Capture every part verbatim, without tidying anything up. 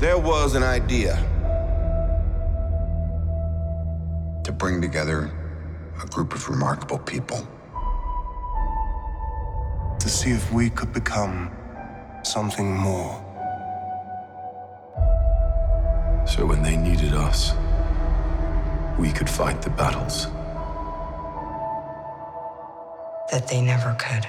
There was an idea to bring together a group of remarkable people. To see if we could become something more. So when they needed us, we could fight the battles that they never could.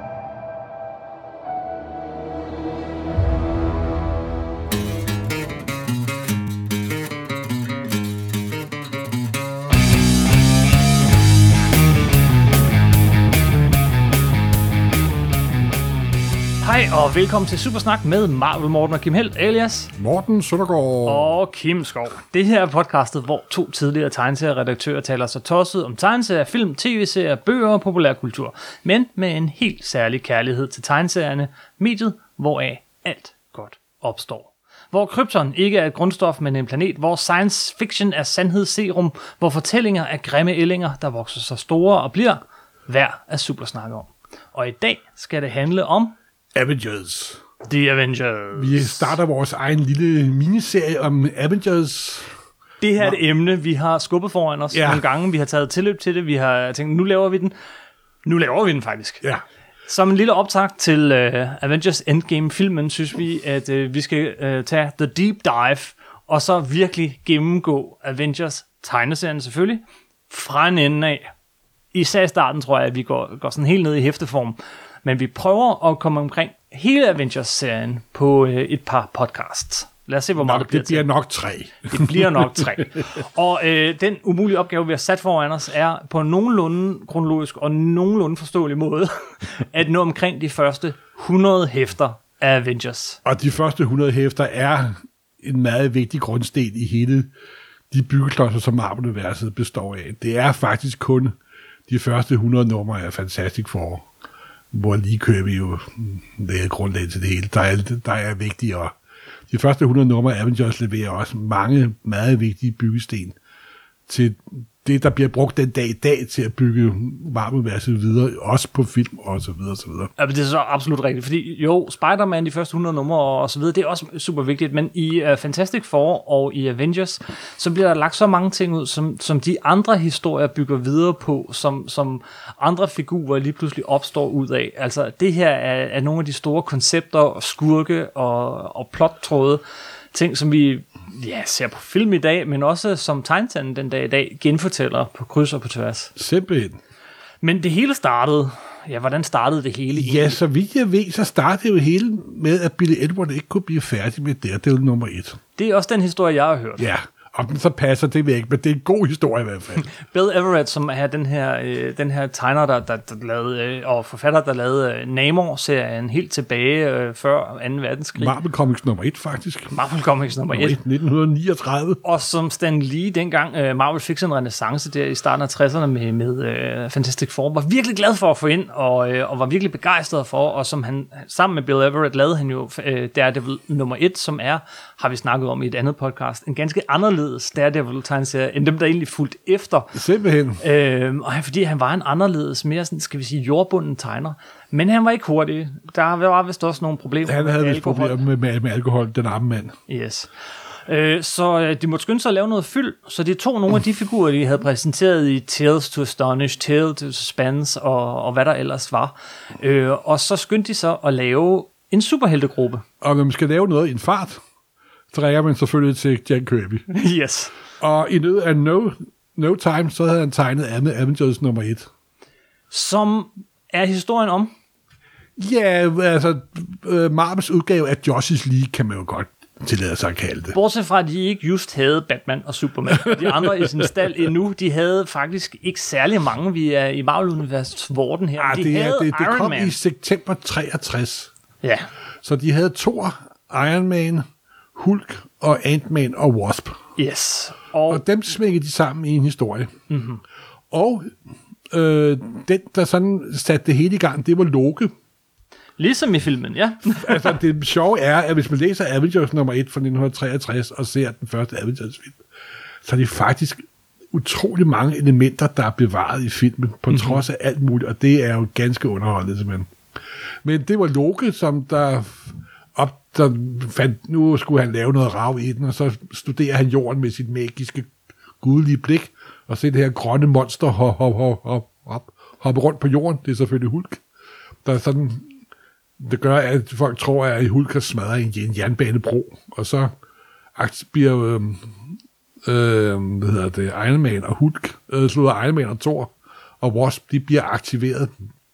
Hej og velkommen til Supersnak med Marvel Morten og Kim Helt, alias Morten Søndergaard og Kim Skov. Det her er podcastet, hvor to tidligere tegneserieredaktører taler sig tosset om tegneserier, film, tv-serier, bøger og populærkultur, men med en helt særlig kærlighed til tegneserierne, mediet, hvoraf alt godt opstår. Hvor Krypton ikke er et grundstof, men en planet, hvor science fiction er sandhedsserum, hvor fortællinger er grimme ællinger, der vokser sig store og bliver værd at supersnakke om. Og i dag skal det handle om Avengers. The Avengers. Vi starter vores egen lille miniserie om Avengers. Det her er et emne, vi har skubbet foran os ja. nogle gange. Vi har taget tilløb til det. Vi har tænkt, nu laver vi den. Nu laver vi den faktisk. Ja. Som en lille optakt til uh, Avengers Endgame-filmen, synes vi, at uh, vi skal uh, tage The Deep Dive, og så virkelig gennemgå Avengers tegneserien selvfølgelig, fra en ende af. Især i starten tror jeg, at vi går, går sådan helt ned i hæfteform. Men vi prøver at komme omkring hele Avengers-serien på øh, et par podcasts. Lad os se, hvor meget Nå, det bliver det bliver til. nok tre. Det bliver nok tre. Og øh, den umulige opgave, vi har sat foran os, er på nogenlunde kronologisk og nogenlunde forståelig måde, at nå omkring de første hundrede hæfter af Avengers. Og de første hundrede hæfter er en meget vigtig grundsten i hele de byggeklodser, som Marvel-universet består af. Det er faktisk kun de første hundrede numre af Fantastic Four, hvor lige kører vi jo det grundlag til det hele. Der er, der er vigtige, og de første hundrede numre af Avengers leverer også mange meget vigtige byggesten til det, der bliver brugt den dag i dag til at bygge Marvel-universet videre, også på film og så videre, så videre. Ja, det er så absolut rigtigt, fordi jo, Spider-Man, de første hundrede numre og så videre, det er også super vigtigt, men i uh, Fantastic Four og i Avengers, så bliver der lagt så mange ting ud, som, som de andre historier bygger videre på, som, som andre figurer lige pludselig opstår ud af. Altså, det her er, er nogle af de store koncepter og skurke og, og plottråde, ting, som vi ja, ser på film i dag, men også som tegneserien den dag i dag genfortæller på kryds og på tværs. Simpelthen. Men det hele startede, ja, hvordan startede det hele? Ja, så vidt jeg ved, så startede jo hele med, at Billy Edward ikke kunne blive færdig med det, det er jo nummer et. Det er også den historie, jeg har hørt. Ja, og den så passer det væk, men det er en god historie i hvert fald. Bill Everett, som er den her, øh, den her tegner, der, der, der lavede, øh, og forfatter, der lavede øh, Namor-serien helt tilbage øh, før anden verdenskrig. Marvel Comics nummer et, faktisk. Marvel Comics nummer et. nitten niogtredive. Og som Stan Lee dengang, øh, Marvel fik sådan en renaissance der i starten af tresserne med, med øh, Fantastic Four, var virkelig glad for at få ind, og, øh, og var virkelig begejstret for, og som han, sammen med Bill Everett, lavede han jo øh, Daredevil nummer et, som er, har vi snakket om i et andet podcast, en ganske anderledes Daredevil-tegneserie, end dem, der egentlig fulgte efter. Simpelthen. Øhm, og fordi han var en anderledes, mere sådan, skal vi sige, jordbunden tegner. Men han var ikke hurtig. Der var vist også nogle problemer han med havde alkohol. vist problemer med, med, med alkohol, den arme mand. Yes. Øh, så øh, de måtte skynde sig at lave noget fyld, så de tog nogle af de figurer, de havde præsenteret i Tales to Astonish, Tales to Suspense og, og hvad der ellers var. Øh, og så skyndte de sig at lave en superheltegruppe. Og når man skal lave noget i en fart, så rækker man selvfølgelig til Jack Kirby. Yes. Og i løbet af no, no Time, så havde han tegnet Avengers nummer et. Som er historien om? Ja, altså Marvels udgave af Justice League, kan man jo godt tillade sig at kalde det. Bortset fra, at de ikke just havde Batman og Superman. De andre i sin stald endnu, de havde faktisk ikke særlig mange. Vi er i Marvel-universets vorden her. Ah, de det, havde er, det, det Iron kom Man. i september treogtres. Ja. Så de havde Thor, Iron Man, Hulk og Ant-Man og Wasp. Yes. Og, og dem smækkede de sammen i en historie. Mm-hmm. Og øh, den, der sådan satte det hele i gang, det var Loke. Ligesom i filmen, ja. Altså, det sjove er, at hvis man læser Avengers nummer et fra nitten treogtres og ser den første Avengers-film, så er det faktisk utrolig mange elementer, der er bevaret i filmen, på mm-hmm. trods af alt muligt, og det er jo ganske underholdende, simpelthen. Men det var Loke, som der op, så fandt, nu skulle han lave noget rav i den, og så studerer han jorden med sit magiske, gudelige blik, og se det her grønne monster hop, hop, hop, hop, hop, hoppe rundt på jorden. Det er selvfølgelig Hulk. Der er sådan, det gør, at folk tror, at Hulk har smadret en, en jernbanebro, og så bliver øh, øh, hvad hedder det, Iron Man og Hulk, øh, slutter Iron Man og Thor og Wasp, de bliver aktiveret.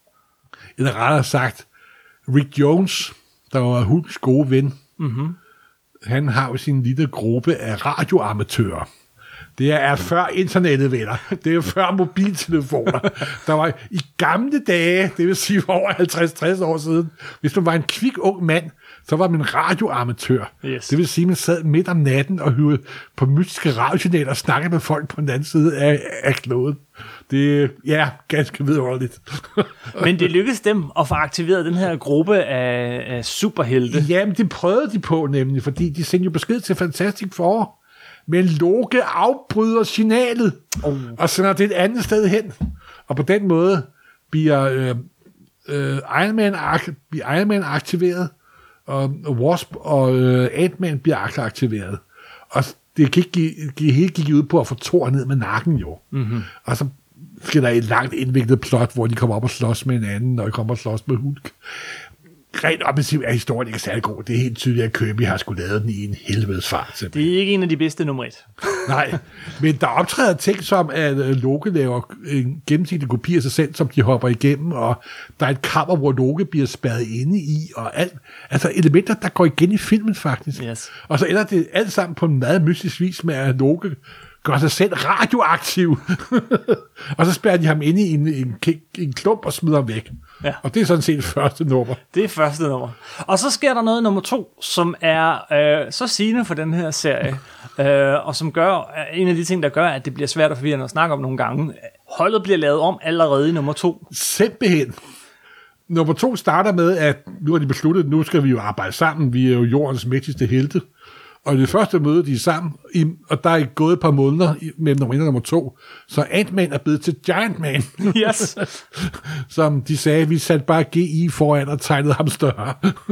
Eller rettere sagt, Rick Jones, der var Hulks gode ven, mm-hmm. han har jo sin lille gruppe af radioamatører. Det er før internettet, venner. Det er før mobiltelefoner. Der var i gamle dage, det vil sige for over halvtreds til tres år siden, hvis man var en kvik ung mand, så var man radioamatør. Yes. Det vil sige, at man sad midt om natten og hørte på mystiske radiosignaler og snakkede med folk på den anden side af, af kloden. Det er ja, ganske vidunderligt. Men det lykkedes dem at få aktiveret den her gruppe af, af superhelte. Jamen, det prøvede de på nemlig, fordi de sendte jo besked til Fantastic Four. Men Loke afbryder signalet oh. og sender det et andet sted hen. Og på den måde bliver, øh, øh, Iron, Man ak- bliver Iron Man aktiveret, og Wasp og øh, Ant-Man bliver aktiveret. Og det gik, gik, hele gik ud på at få Thor ned med nakken jo. Mm-hmm. Og så skal der et langt indviklet plot, hvor de kommer op og slås med hinanden, og de kommer og slås med Hulk. Rent offensivt er historien ikke særlig god. Det er helt tydeligt, at Kirby har skulle lave den i en helvedes fart. Det er ikke en af de bedste nummer et. Nej, men der optræder ting som, at Loke laver en gennemsigtig kopi af sig selv, som de hopper igennem, og der er et kammer, hvor Loke bliver spærret inde i, og alt. Altså elementer, der går igen i filmen faktisk. Yes. Og så ender det alt sammen på en meget mystisk vis med, at Loke gør sig selv radioaktiv. Og så spærrer de ham inde i en, en, en klump og smider ham væk. Ja. Og det er sådan set første nummer. Det er første nummer. Og så sker der noget nummer to, som er øh, så sigende for den her serie, øh, og som gør, en af de ting, der gør, at det bliver svært at forvirre at snakke om nogle gange. Holdet bliver lavet om allerede i nummer to. Simpelthen. Nummer to starter med, at nu har de besluttet, at nu skal vi jo arbejde sammen. Vi er jo jordens mægtigste helte. Og det første møde, de er sammen, i, og der er gået et par måneder mellem nummer et og nummer to, så Ant-Man er blevet til Giant Man. Yes. Som de sagde, vi satte bare G I foran og tegnede ham større.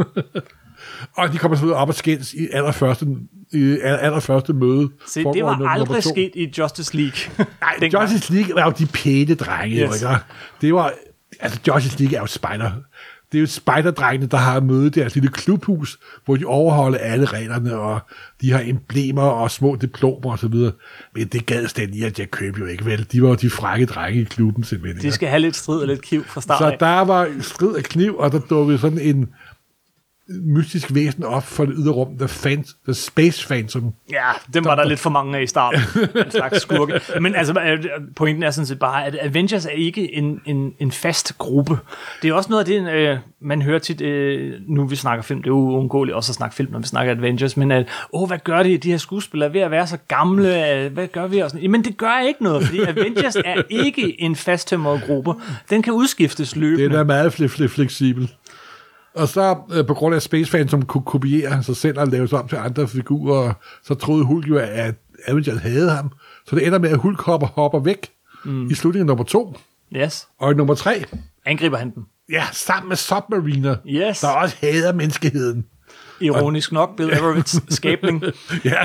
Og de kommer så op og skændes i allerførste, i allerførste møde. Se, det var aldrig sket i Justice League. Nej, Justice League var jo de pæne drenge. Yes. Jo, ikke? Det var, altså Justice League er jo Spider. Det er jo Spider-drengene, der har mødet deres lille klubhus, hvor de overholder alle reglerne, og de har emblemer og små diplomer og så videre. Men det gad stændig, at jeg købte jo ikke vel. De var jo de frække drenge i klubben simpelthen. De skal have lidt strid og lidt kniv fra start af. Så der var strid og kniv, og der dukkede sådan en mystisk væsen op for det ydre rum, The, Fant- The Space Phantom. Ja, dem var der lidt for mange af i starten. En slags skurke. Men altså, pointen er sådan set bare, at Avengers er ikke en, en, en fast gruppe. Det er også noget af det, øh, man hører tit, øh, nu vi snakker film, det er jo uundgåeligt også at snakke film, når vi snakker Avengers, men at, åh, hvad gør de, de her skuespillere ved at være så gamle, hvad gør vi også? Men det gør ikke noget, fordi Avengers er ikke en fasttømret gruppe. Den kan udskiftes løbende. Det er meget fl- fleksibel. Og så øh, på grund af Space Phantom kunne kopiere sig selv og lave sig om til andre figurer, så troede Hulk jo, at Avengers havde ham. Så det ender med, at Hulk hopper, hopper væk mm. i slutningen af nummer to. Yes. Og i nummer tre angriber han den. Ja, sammen med Submariner, yes. der også hader menneskeheden. Ironisk og, nok, Bill Everetts skabning. Ja,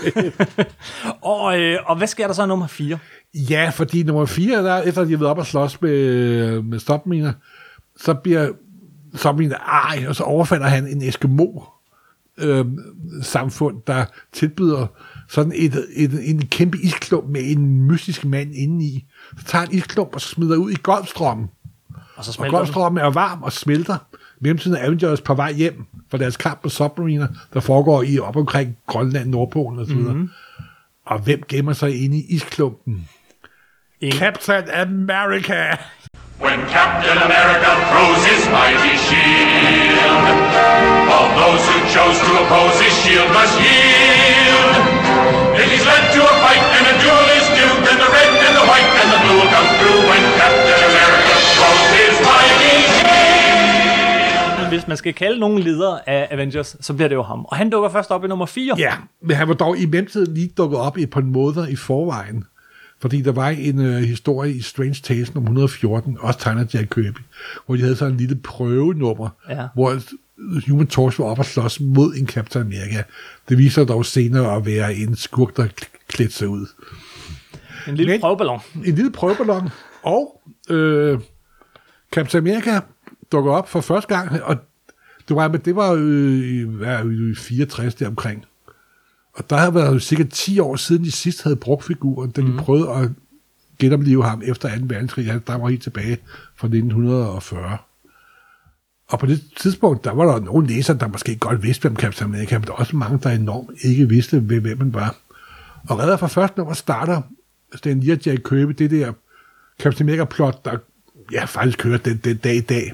og, øh, og hvad sker der så i nummer fire? Ja, fordi nummer fire, der, efter de har været op og slås med, med Submariner, så bliver Submariner ej, og så overfalder han en Eskimo øh, samfund, der tilbyder sådan et, et, en kæmpe isklump med en mystisk mand indeni. Så tager en isklump og smider ud i Golfstrømmen. Og, så og Golfstrømmen er varm og smelter. Mellemtiden er Avengers på vej hjem for deres kamp på Submariner, der foregår i op omkring Grønland, Nordpolen osv. Mm-hmm. Og hvem gemmer sig inde i isklumpen? En. Captain America! When Captain America throws his mighty shield, all those who chose to oppose his shield must yield. If he's led to a fight and a duel is due, then the red and the white and the blue will come through when Captain America throws his mighty shield. Hvis man skal kalde nogen ledere af Avengers, så bliver det jo ham. Og han dukker først op i nummer fire. Ja, men han var dog i mellemtiden lige dukket op i et par måneder i forvejen. Fordi der var en øh, historie i Strange Tales nummer et hundrede og fjorten, også tegnet Jack Kirby, hvor de havde sådan en lille prøvenummer, ja. hvor Human Torch var op og slås mod en Captain America. Det viser dog senere at være en skurk, der klædte sig ud. En lille Men, prøveballon. En lille prøveballon. Og øh, Captain America dukker op for første gang, og det var, det var jo i fireogtres der omkring. Og der havde været jo sikkert ti år siden, de sidst havde brugt figuren, da de mm. prøvede at genopleve ham efter anden verdenskrig. Der var helt tilbage fra nitten fyrre. Og på det tidspunkt, der var der nogle læsere, der måske godt vidste, hvem Captain America, men der var også mange, der enormt ikke vidste, hvem man var. Og redder fra første nummer starter Stan Lee og Jack Kirby det der Captain America-plot, der ja, faktisk kører den, den dag i dag.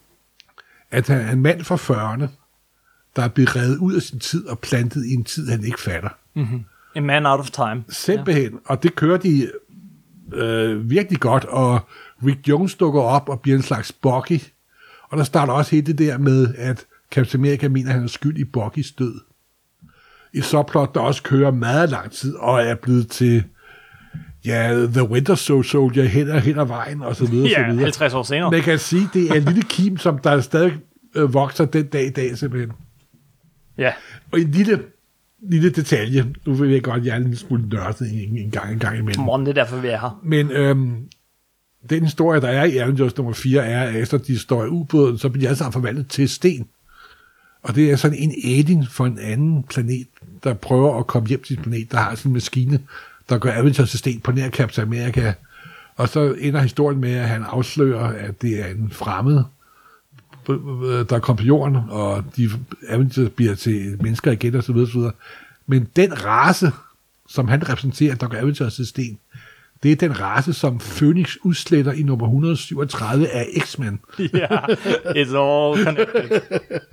At han er en mand fra fyrrerne, der er blevet revet ud af sin tid og plantet i en tid, han ikke fatter. Mm-hmm. A man out of time. Simpelthen. Ja. Og det kører de øh, virkelig godt, og Rick Jones dukker op og bliver en slags Bucky. Og der starter også helt det der med, at Captain America mener, at han er skyld i Buckys død. Et subplot, der også kører meget lang tid, og er blevet til ja, The Winter Soldier hen ad, hen ad vejen, og så videre. Ja, så videre. halvtreds år senere. Man kan sige, det er en lille kim, som der stadig øh, vokser den dag i dag, simpelthen. Ja. Og en lille, lille detalje, nu vil jeg godt, jeg er en lille smule nørdet en, en gang en gang imellem. Morgen, det er derfor, vi er her. Men øhm, den historie, der er i Avengers nummer fire, er, at efter de står i ubåden, så bliver de alle sammen forvandlet til sten. Og det er sådan en alien fra en anden planet, der prøver at komme hjem til sin planet, der har sådan en maskine, der gør Avengers til sten på nær Captain America. Og så ender historien med, at han afslører, at det er en fremmed, der kom på jorden, og de Avengers bliver til mennesker igen, og så videre, så videre. Men den race, som han repræsenterer, der gør Avengers til sten, det er den race, som Phoenix udsletter i nummer et hundrede syvogtredive af X-Men. Ja, it's all connected.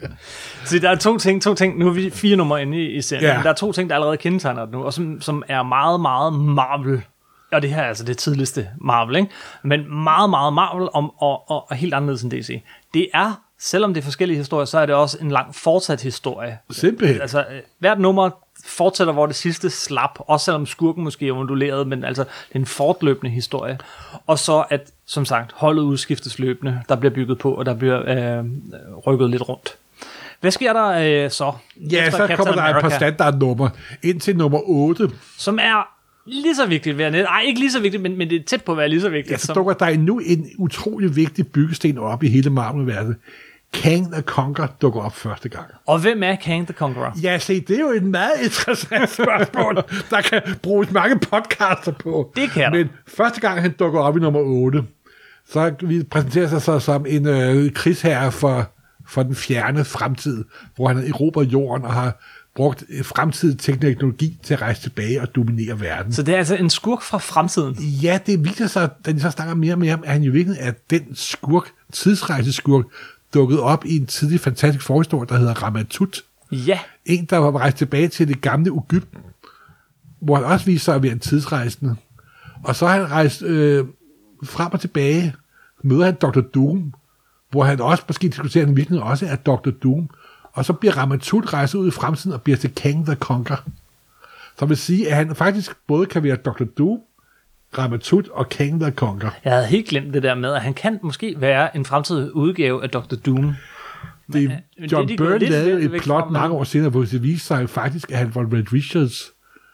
Så der er to ting, to ting, nu er vi fire numre inde i, i serien, yeah. Der er to ting, der allerede kendetegner det nu, og som, som er meget, meget Marvel. Og det her er altså det tidligste Marvel, ikke? Men meget, meget Marvel om, og, og, og helt anderledes end D C. Det er, selvom det er forskellige historier, så er det også en lang fortsat historie. Simpelthen. Altså, hvert nummer fortsætter, hvor det sidste slap, også selvom skurken måske er unduleret, men altså, det er en fortløbende historie. Og så at, som sagt, holdet udskiftes løbende, der bliver bygget på, og der bliver øh, rykket lidt rundt. Hvad sker der øh, så? Ja, så Captain kommer der America, et par standardnummer, indtil nummer otte. Som er lige så vigtigt ved at net. Ej, ikke lige så vigtigt, men, men det er tæt på at være lige så vigtigt. Jeg forstår, at der er nu en utrolig vigtig byggesten op i hele Marvel-universet. Kang the Conqueror dukker op første gang. Og hvem er Kang the Conqueror? Ja, se, det er jo et meget interessant spørgsmål, der kan bruges mange podcaster på. Det kan Men første gang han dukker op i nummer otte, så vi præsenterer sig så som en øh, krigsherre for, for den fjerne fremtid, hvor han har erobret jorden og har brugt fremtidig teknologi til at rejse tilbage og dominere verden. Så det er altså en skurk fra fremtiden? Ja, det viser sig, da de så snakker mere og mere om, at han jo virkelig er den skurk, tidsrejseskurk, dukket op i en tidlig fantastisk forhistorie, der hedder Ramatut. Ja. En, der var rejst tilbage til det gamle Egypten, hvor han også viser sig at være en tidsrejsende. Og så har han rejst øh, frem og tilbage, møder han doktor Doom, hvor han også måske diskuterer, at han virkelig også er doktor Doom. Og så bliver Ramatut rejst ud i fremtiden og bliver til Kang the Conqueror. Så vil sige, at han faktisk både kan være doktor Doom, Ramatut og Kang the Conqueror. Jeg havde helt glemt det der med, at han kan måske være en fremtidig udgave af doktor Doom. Det, Men, John det, de Byrne lavede et plot mange år senere, hvor det viste sig faktisk, at han var Red Richards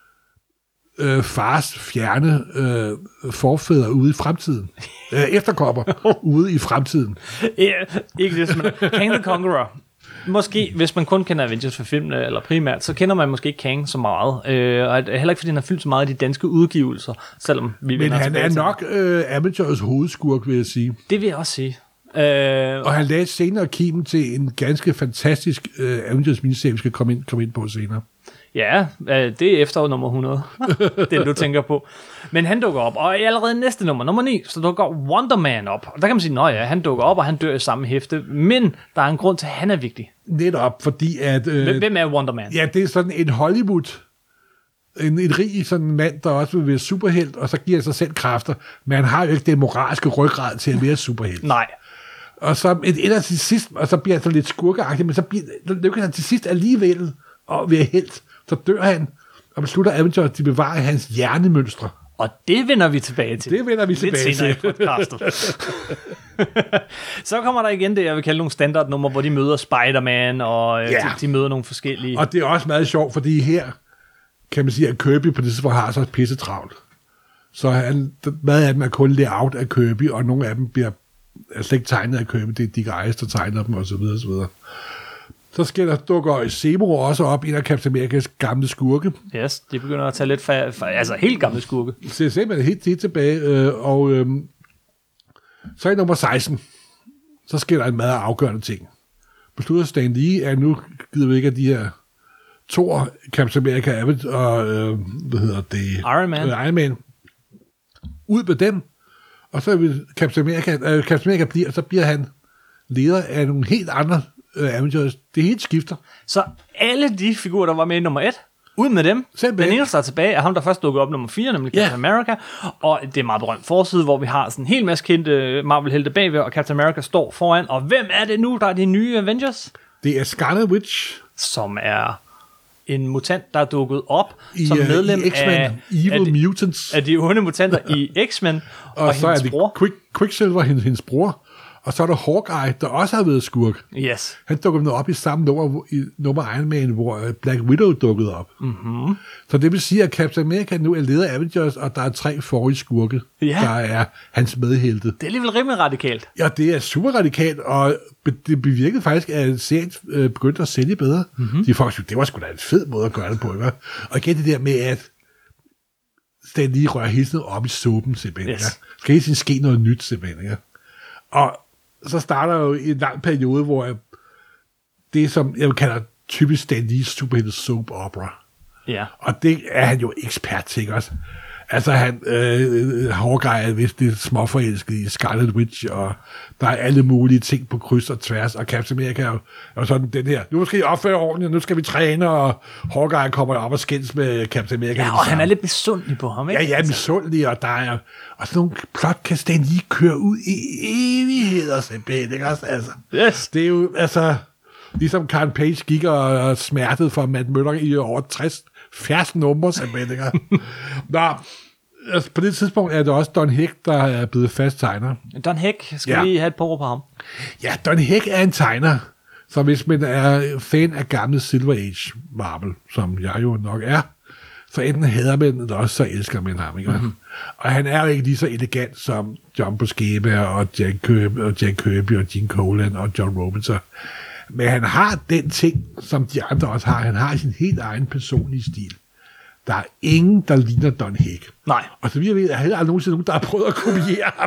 øh, fars fjerne øh, forfædre ude i fremtiden. øh, efterkommer ude i fremtiden. Ja, ikke det, men Kang the Conqueror. Måske, hvis man kun kender Avengers for filmene, eller primært, så kender man måske ikke Kang så meget. Øh, og heller ikke, fordi han har fyldt så meget i de danske udgivelser, selvom vi Men han er nok øh, Avengers hovedskurk, vil jeg sige. Det vil jeg også sige. Øh, og han lagde senere kimen til en ganske fantastisk øh, Avengers miniserie, vi skal komme ind, komme ind på senere. Ja, det er efter nummer hundrede, det du tænker på. Men han dukker op, og allerede næste nummer, nummer ni, så dukker Wonder Man op. Og der kan man sige, at ja, han dukker op, og han dør i samme hæfte. Men der er en grund til, at han er vigtig. Netop, fordi at... Øh, Hvem er Wonder Man? Ja, det er sådan en Hollywood... En, en rig sådan mand, der også vil være superhelt, og så giver sig selv kræfter. Men han har jo ikke det moralske ryggrad til at være superhelt. Nej. Og så ender til sidst, og så bliver han så lidt skurkeagtig, men så bliver, lykkes han til sidst alligevel at være helt. Så dør han, og beslutter Avengers, at de bevarer hans hjernemønstre. Og det vender vi tilbage til. Det vender vi Lidt tilbage senere til. i podcastet. Så kommer der igen det, jeg vil kalde nogle standardnummer, hvor de møder Spider-Man, og øh, Ja. de, de møder nogle forskellige... Og det er også meget sjovt, fordi her kan man sige, at Kirby på det tidspunkt har så pisse travlt. Så han, meget af dem er kun layout af Kirby, og nogle af dem bliver er slet ikke tegnet af Kirby. Det er Dick Eyes, der tegner dem, og så videre, og så videre. Så sker der, dukker Zemo også op, en af Captain Amerikas gamle skurke. Yes, de begynder at tage lidt fa- fa- altså helt gamle skurke. Så simpelthen helt, helt tilbage, øh, og øh, så i nummer seksten, så sker der en meget afgørende ting. Beslutter Stan Lee, at nu gider vi ikke af de her Thor, Captain America, Abbott og, øh, hvad hedder det? Iron Man. Øh, Iron Man. Ud med dem, og så vil Captain America, øh, Captain America bliver, så bliver han leder af nogle helt andre øh, Avengers. Det helt skifter. Så alle de figurer, der var med i nummer et, ud med dem. Simpelthen. Den eneste, der er tilbage, er ham, der først dukkede op nummer fire, nemlig Captain Ja. America. Og det er meget berømt forside, hvor vi har sådan en hel masse kendte Marvel-helte bagved, og Captain America står foran. Og hvem er det nu, der er de nye Avengers? Det er Scarlet Witch Som er en mutant, der er dukket op i, som øh, medlem i X-Men, af, Evil af, de, Mutants. af de onde mutanter i X-Men. og, Og så er hendes det bror. Quick, Quicksilver, hendes, hendes bror. Og så er der Hawkeye, der også har været skurk. Yes. Han dukkede op i samme nummer, hvor- i nummer Iron Man, hvor øh, Black Widow dukkede op. Mm-hmm. Så det vil sige, at Captain America nu er leder af Avengers, og der er tre forrige skurke, Ja. der er hans medhelte. Det er alligevel rimelig radikalt. Ja, det er super radikalt, og be- det bevirkede faktisk, at serien øh, begyndte at sælge bedre. Mm-hmm. De folk synes, det var sgu da en fed måde at gøre det på, ikke? Og igen det der med, at Stan Lee rører hele tiden op i suppen, simpelthen. Yes. Yes. Skal hele tiden ske noget nyt, simpelthen. Ikke? Og så starter jo en lang periode, hvor jeg, det som jeg kalder typisk Stan Lee superhelte soap opera. Ja. Og det er han jo ekspert til, ikke også? Altså, han, øh, Hawkeye er vist lidt småforelsket i Scarlet Witch, og der er alle mulige ting på kryds og tværs, og Captain America er jo, er jo sådan den her, nu skal I opføre ordentligt, nu skal vi træne, og Hawkeye kommer op og skændes med Captain America. Ja, og han er lidt misundelig på ham, ikke? Ja, ja, misundelig, og der er og sådan nogle plot kan Stan lige køre ud i evigheder, simpelthen, ikke også? Altså, Yes. det er jo, altså, ligesom Karen Page gik og, og smertede for Matt Murdock i over tres halvfjerds numre, simpelthen, ikke? Nå, altså, på det tidspunkt er det også Don Heck, der er blevet fast tegner. Don Heck, skal Ja. vi lige have et par ord på ham? Ja, Don Heck er en tegner, så hvis man er fan af gamle Silver Age Marvel, som jeg jo nok er, så enten hader man, eller også så elsker man ham, ikke? Mm-hmm. Og han er jo ikke lige så elegant som John Buscema og Jack Kirby og, Jack Kirby og Gene Colan og John Robinson. Men han har den ting, som de andre også har. Han har sin helt egen personlige stil. Der er ingen, der ligner Don Heck. Nej. Og så vi ved, at der er heller aldrig nogensinde nogen, der har prøvet at kopiere ham.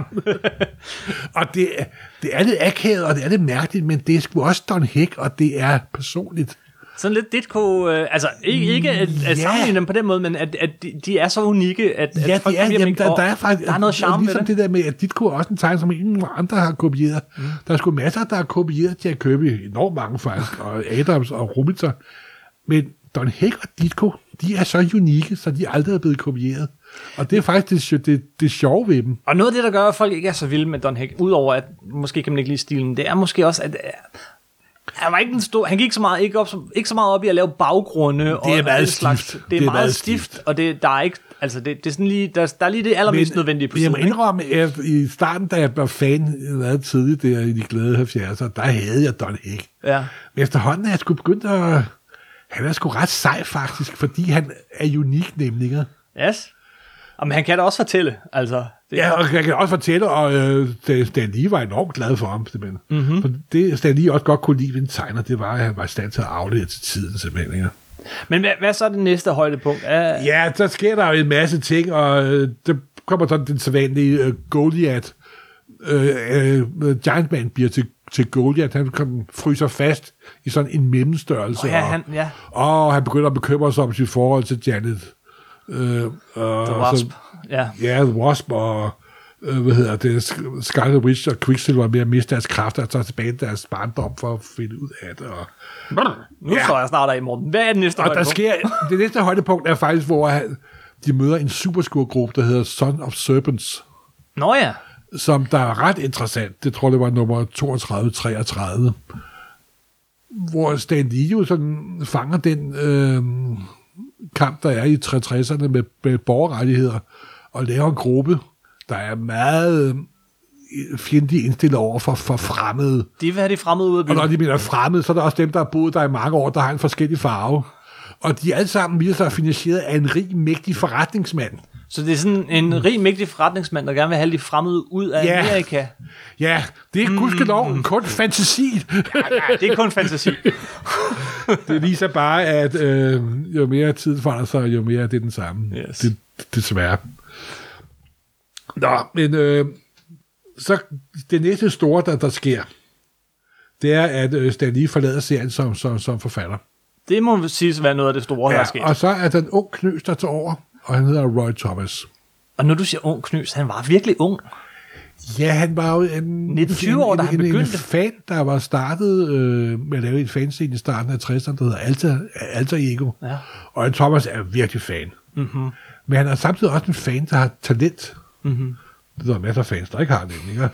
Og det, det er lidt akavet, og det er lidt mærkeligt, men det er sgu også Don Heck, og det er personligt. Sådan lidt Ditko, øh, altså ikke, ikke at, at Ja. sammenligne dem på den måde, men at, at de, de er så unikke, at, at Ja, folk det er, bliver jamen, ikke der, for- der er faktisk... der er noget charme ligesom ved det. det der med, at dit kunne også en tegn, som ingen andre har kopieret. Mm. Der er sgu masser, der har kopieret Jack Kirby, enormt mange faktisk, og Adams og Robinson. Men Don Heck og Ditko, de er så unikke, så de aldrig er blevet kopieret. Og det er faktisk det, det, det sjove ved dem. Og noget af det, der gør, at folk ikke er så vilde med Don Heck, udover at måske kan man ikke lide stilen, det er måske også, at øh, han var ikke en stor, han gik så meget, ikke, op, ikke så meget op i at lave baggrunde. Og, meget og den stift. slags. Det er, det er meget, meget stift, stift, og det, der er ikke, altså det, det er sådan lige, der, der er lige det allermest nødvendige på jeg må siden. ikke? indrømme, at i starten, da jeg var fan meget tidligt der i de glade halvfjerdser, der havde jeg Don Heck. Ja. Men efterhånden er jeg sgu begyndt at... Han er sgu ret sej faktisk, fordi han er unik nemlig. Ikke? Yes. Men han kan da også fortælle, altså. Det, Ja, og jeg kan også fortælle, og øh, Stan Lee var enormt glad for ham, simpelthen. Mm-hmm. For det, Stan Lee også godt kunne lide ved en tegner, det var, at han var i stand til at aflevere til tiden, simpelthen. Ikke? Men hvad, hvad er så det næste højdepunkt? Uh, Ja, så sker der jo en masse ting, og øh, der kommer sådan den sædvanlige øh, Goliath. Øh, øh, Giant Man bliver til, til Goliath. Han kom, fryser fast i sådan en mellemstørrelse. Oh, ja, og, han- ja. og han begynder at bekymre sig om sit forhold til Janet. Øh, og, The Wasp. Så, Ja. ja, The Wasp og øh, hvad hedder det, Scarlet Witch og Quicksilver er ved at miste deres kræfter og tager tilbage til deres barndom for at finde ud af det. Og, Nu Ja. står jeg snart af, Morten. Hvad er det næste og der højdepunkt? sker, det næste højdepunkt er faktisk, hvor han, de møder en superskurgruppe, der hedder Son of Serpents, Nå ja. som der er ret interessant. Det tror jeg, det var nummer toogtredive treogtredive. Hvor Stan Lee jo sådan fanger den øh, kamp, der er i tresserne med, med borgerrettigheder, og laver en gruppe, der er meget fjendtligt indstillet over for, for fremmede. De vil have de fremmede ud af Og byen. når de mener fremmede, så er der også dem, der har boet der i mange år, der har en forskellig farve. Og de er alle sammen viser sig finansieret af en rig, mægtig forretningsmand. Så det er sådan en rig, mægtig forretningsmand, der gerne vil have de fremmede ud af Ja. Amerika. Ja, det er gudskelov mm. kun fantasi. Ja, det er kun fantasi. Det viser bare, at øh, jo mere tid forandrer sig, jo mere er det den samme. Yes. Det, desværre. Nå, men øh, så det næste store, der, der sker, det er, at øh, Stan Lee forlader serien som, som, som forfatter. Det må siges at være noget af det store, der er sket. Og så er der en ung knøs, der tager over, og han hedder Roy Thomas. Og når du siger ung knøs, han var virkelig ung. Ja, han var jo en nitten tyve år, da han en, en, begyndte. en fan, der var startet øh, med at lave en fanscene i starten af tresserne, der hedder Alter, Alter Ego. Ja. Og en Thomas er virkelig fan. Mm-hmm. Men han er samtidig også en fan, der har talent. Mm-hmm. Det er der masser af fans, der ikke har det. Ikke?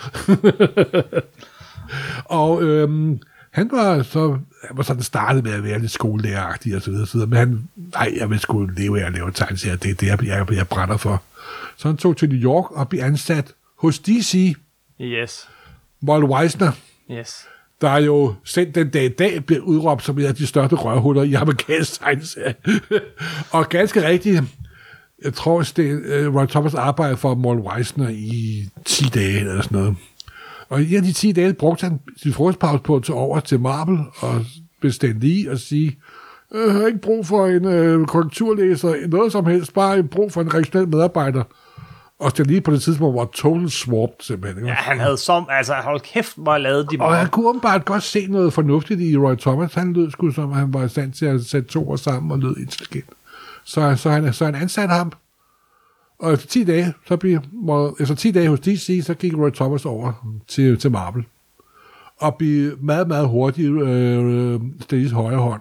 og øhm, han var så han var sådan startet med at være lidt skolelæreragtig og så videre, så videre, men han, nej, jeg vil sgu leve af at lave tegneserier, det er det, jeg, jeg, jeg brænder for. Så han tog til New York og blev ansat hos D C. Yes. Walt Eisner, Yes. der er jo sendt den dag i dag, blev udråbt som en af de største rørhuller i amerikansk tegneserie. og ganske rigtigt, jeg tror, at uh, Roy Thomas arbejdede for Walt Eisner i ti dage eller sådan noget. Og i de ti dage brugte han sin frokostpause på at tage over til Marvel og bestemme lige og sige, jeg har ikke brug for en øh, korrekturlæser, noget som helst, bare brug for en regional medarbejder. Og Stan Lee på det tidspunkt var total swapped, simpelthen. Ikke? Ja, han havde som, altså hold kæft, hvor lavede de Og han kunne åbenbart godt se noget fornuftigt i Roy Thomas. Han lød sgu som, han var i stand til at sætte to år sammen og lød intelligent. Så, så, han, så han ansatte ham. Og efter ti dage, så blev, efter ti dage hos D C, så gik Roy Thomas over til, til Marvel. Og blev meget, meget hurtigt øh, Stan Lees højre hånd.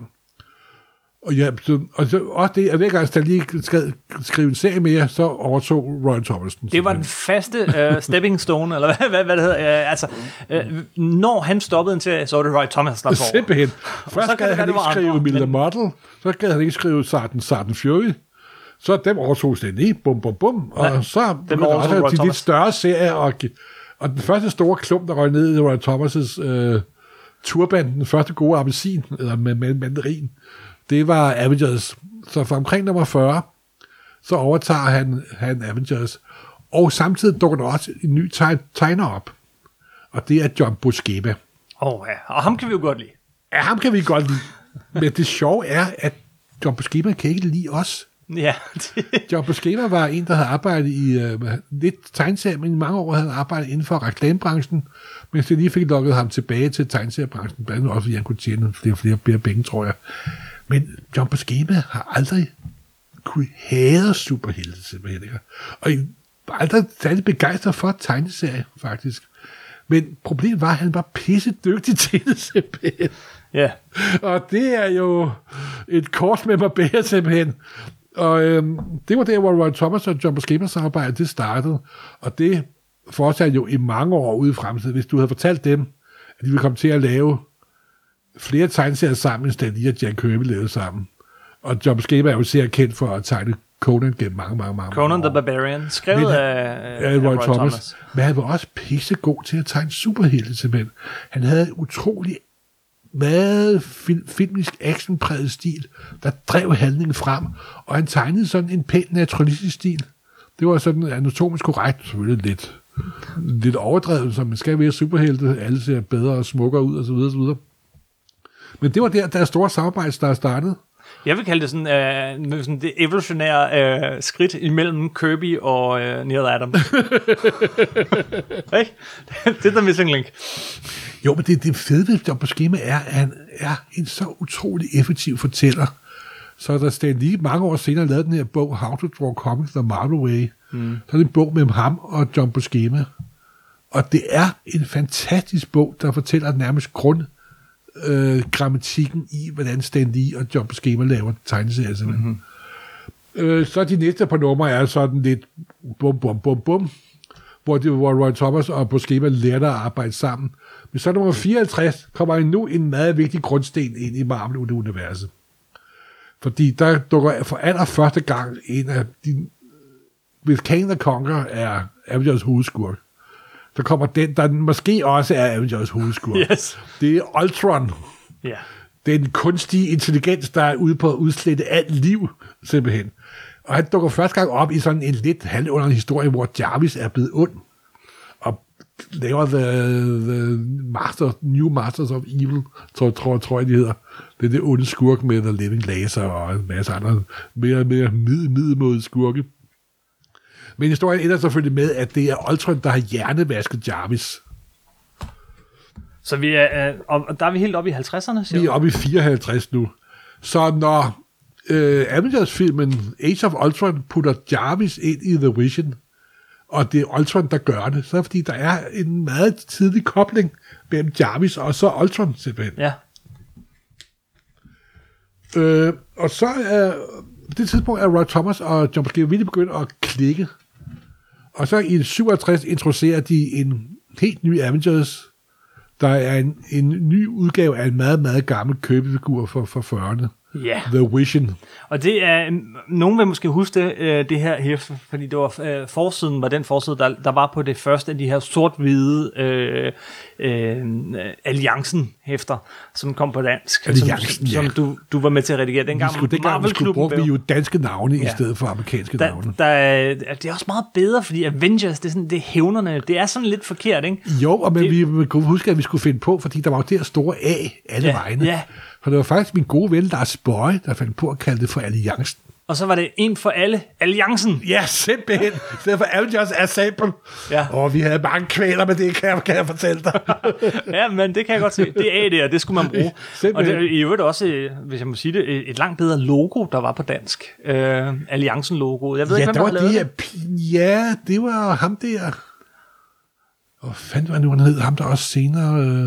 Og, ja, så, og så, også det, at hver gang Stan Lee skrev, skrev en serie mere, så overtog Roy Thomas den. Det var den faste uh, stepping stone, eller hvad, hvad, hvad det hedder. Uh, altså, uh, når han stoppede en serie, så var det Roy Thomas, der var Simpelthen. Først så gad han ikke skrive Miller Model, så gad han ikke skrive Sergeant, Sergeant Fury. Så dem overtog Stan Lee, bum, bum, bum. Og ja, så begyndte også de lidt større serier. Og, og den første store klump, der røg ned i Roy Thomas' øh, turban, den første gode appelsin, eller med, med mandarin, det var Avengers. Så fra omkring nummer fyrre, så overtager han, han Avengers. Og samtidig dukker der også en ny tegner op. Og det er John Buscema. Åh oh, ja, og ham kan vi jo godt lide. Ja, ham kan vi godt lide. Men det sjove er, at John Buscema kan ikke lide os. Ja. John Buscema var en, der havde arbejdet i øh, lidt tegneserie, men i mange år havde han arbejdet inden for reklamebranchen, mens jeg lige fik lukket ham tilbage til tegneseriebranchen, blandt andet også, fordi han kunne tjene flere, flere, flere penge, tror jeg. Men John Buscema har aldrig kunne hade superhelte, simpelthen. Ikke? Og jeg var aldrig særlig begejstret for tegneserie, faktisk. Men problemet var, at han var pisse dygtig til det, simpelthen. Ja. Og det er jo et kort med mig bære, simpelthen. Og øhm, det var der, hvor Roy Thomas og John Buscema samarbejde, det startede. Og det fortsatte jo i mange år ude i fremtiden. Hvis du havde fortalt dem, at de ville komme til at lave flere tegneserier sammen, end Stan Lee og Jack Kirby lavede sammen. Og John Buscema er jo sikkert kendt for at tegne Conan gennem mange, mange, mange Conan mange the Barbarian, skrevet Men, af, af, af Roy, Roy Thomas. Thomas. Men han var også pissegod til at tegne superhelte, simpelthen. Han havde utrolig meget fil- filmisk actionpræget stil, der drev handlingen frem, og han tegnede sådan en pæn naturalistisk stil. Det var sådan anatomisk korrekt, selvfølgelig lidt, lidt overdrevet, som man skal være superhelte, alle ser bedre og smukkere ud, og så videre, og så videre. Men det var der, der store samarbejde, der startede. Jeg vil kalde det sådan, øh, sådan det evolutionære øh, skridt imellem Kirby og øh, Neil Adams. Ikke? Det er der missing link. Jo, men det, det fede ved John Buscema er, at han er en så utrolig effektiv fortæller. Så der Stan Lee mange år senere lavede den her bog, How to Draw Comics the Marvel Way. Mm. Så er det en bog med ham og John Buscema. Og det er en fantastisk bog, der fortæller nærmest grund øh, grammatikken i, hvordan Stan Lee og John Buscema laver tegneserier. Mm-hmm. Øh, så de næste par numre er sådan lidt bum, bum, bum, bum, hvor, det, hvor Roy Thomas og Buscema lærte at arbejde sammen. Men så nummer fireoghalvtreds kommer endnu en meget vigtig grundsten ind i Marvel-universet. Fordi der dukker for allerførste gang en af de hvis Kang the Conqueror er Avengers hovedskurk, så kommer den, der måske også er Avengers hovedskurk. Yes. Det er Ultron. Ja. Den kunstige intelligens, der er ude på at udslette alt liv, simpelthen. Og han dukker første gang op i sådan en lidt halvunderlig historie, hvor Jarvis er blevet ond, og laver the, the master, New Masters of Evil, tror, tror, tror jeg, de hedder. Det er det onde skurk med The Living Laser og en masse andre mere, mere mid, middelmåde skurke. Men historien ender selvfølgelig med, at det er Ultron, der har hjernevasket Jarvis. Så vi er, og der er vi helt oppe i halvtredserne, siger Vi er oppe i fireoghalvtreds nu. Så når øh, Avengers-filmen Age of Ultron putter Jarvis ind i The Vision, og det er Ultron, der gør det, så er det fordi, der er en meget tidlig kobling mellem Jarvis og så Ultron, simpelthen. Ja. Øh, og så er det tidspunkt, at Roy Thomas og John Buscema virkelig begyndt at klikke. Og så i syvoghalvtreds introducerer de en helt ny Avengers, der er en, en ny udgave af en meget, meget gammel købefigur fra, fra fyrrerne. Ja. The Vision. Og det er, nogen vil måske huske det, øh, det her hæfte, fordi det var øh, forsiden, var den forside, der, der var på det første af de her sort-hvide øh, øh, Alliancen-hæfter, som kom på dansk, Alliancen, som, ja. som du, du var med til at redigere. Dengang, Vi skulle, dengang vi skulle bruge vi jo danske navne ja. i stedet for amerikanske der, navne. Der er, det er også meget bedre, fordi Avengers, det er, sådan, det er hævnerne, det er sådan lidt forkert, ikke? Jo, og men det, vi, vi kunne huske, at vi skulle finde på, fordi der var jo det her store A alle ja, vegne. Ja. For det var faktisk min gode ven, Lars Bøje, der fandt på at kalde det for Alliancen. Og så var det en for alle, Alliancen. Ja, simpelthen. I stedet for Avengers Ensemble. Ja. Og vi havde mange kvæler med det, kan jeg, kan jeg fortælle dig. Ja, men det kan jeg godt se. Det er A der, det skulle man bruge. Og det er i øvrigt også, hvis jeg må sige det, et langt bedre logo, der var på dansk. Øh, Alliancen-logoet. Jeg ved ja, ikke, hvem der, der har var lavet det. det. Ja, det var ham der. Hvad fanden var nu, han hed? Ham, der også senere... Øh,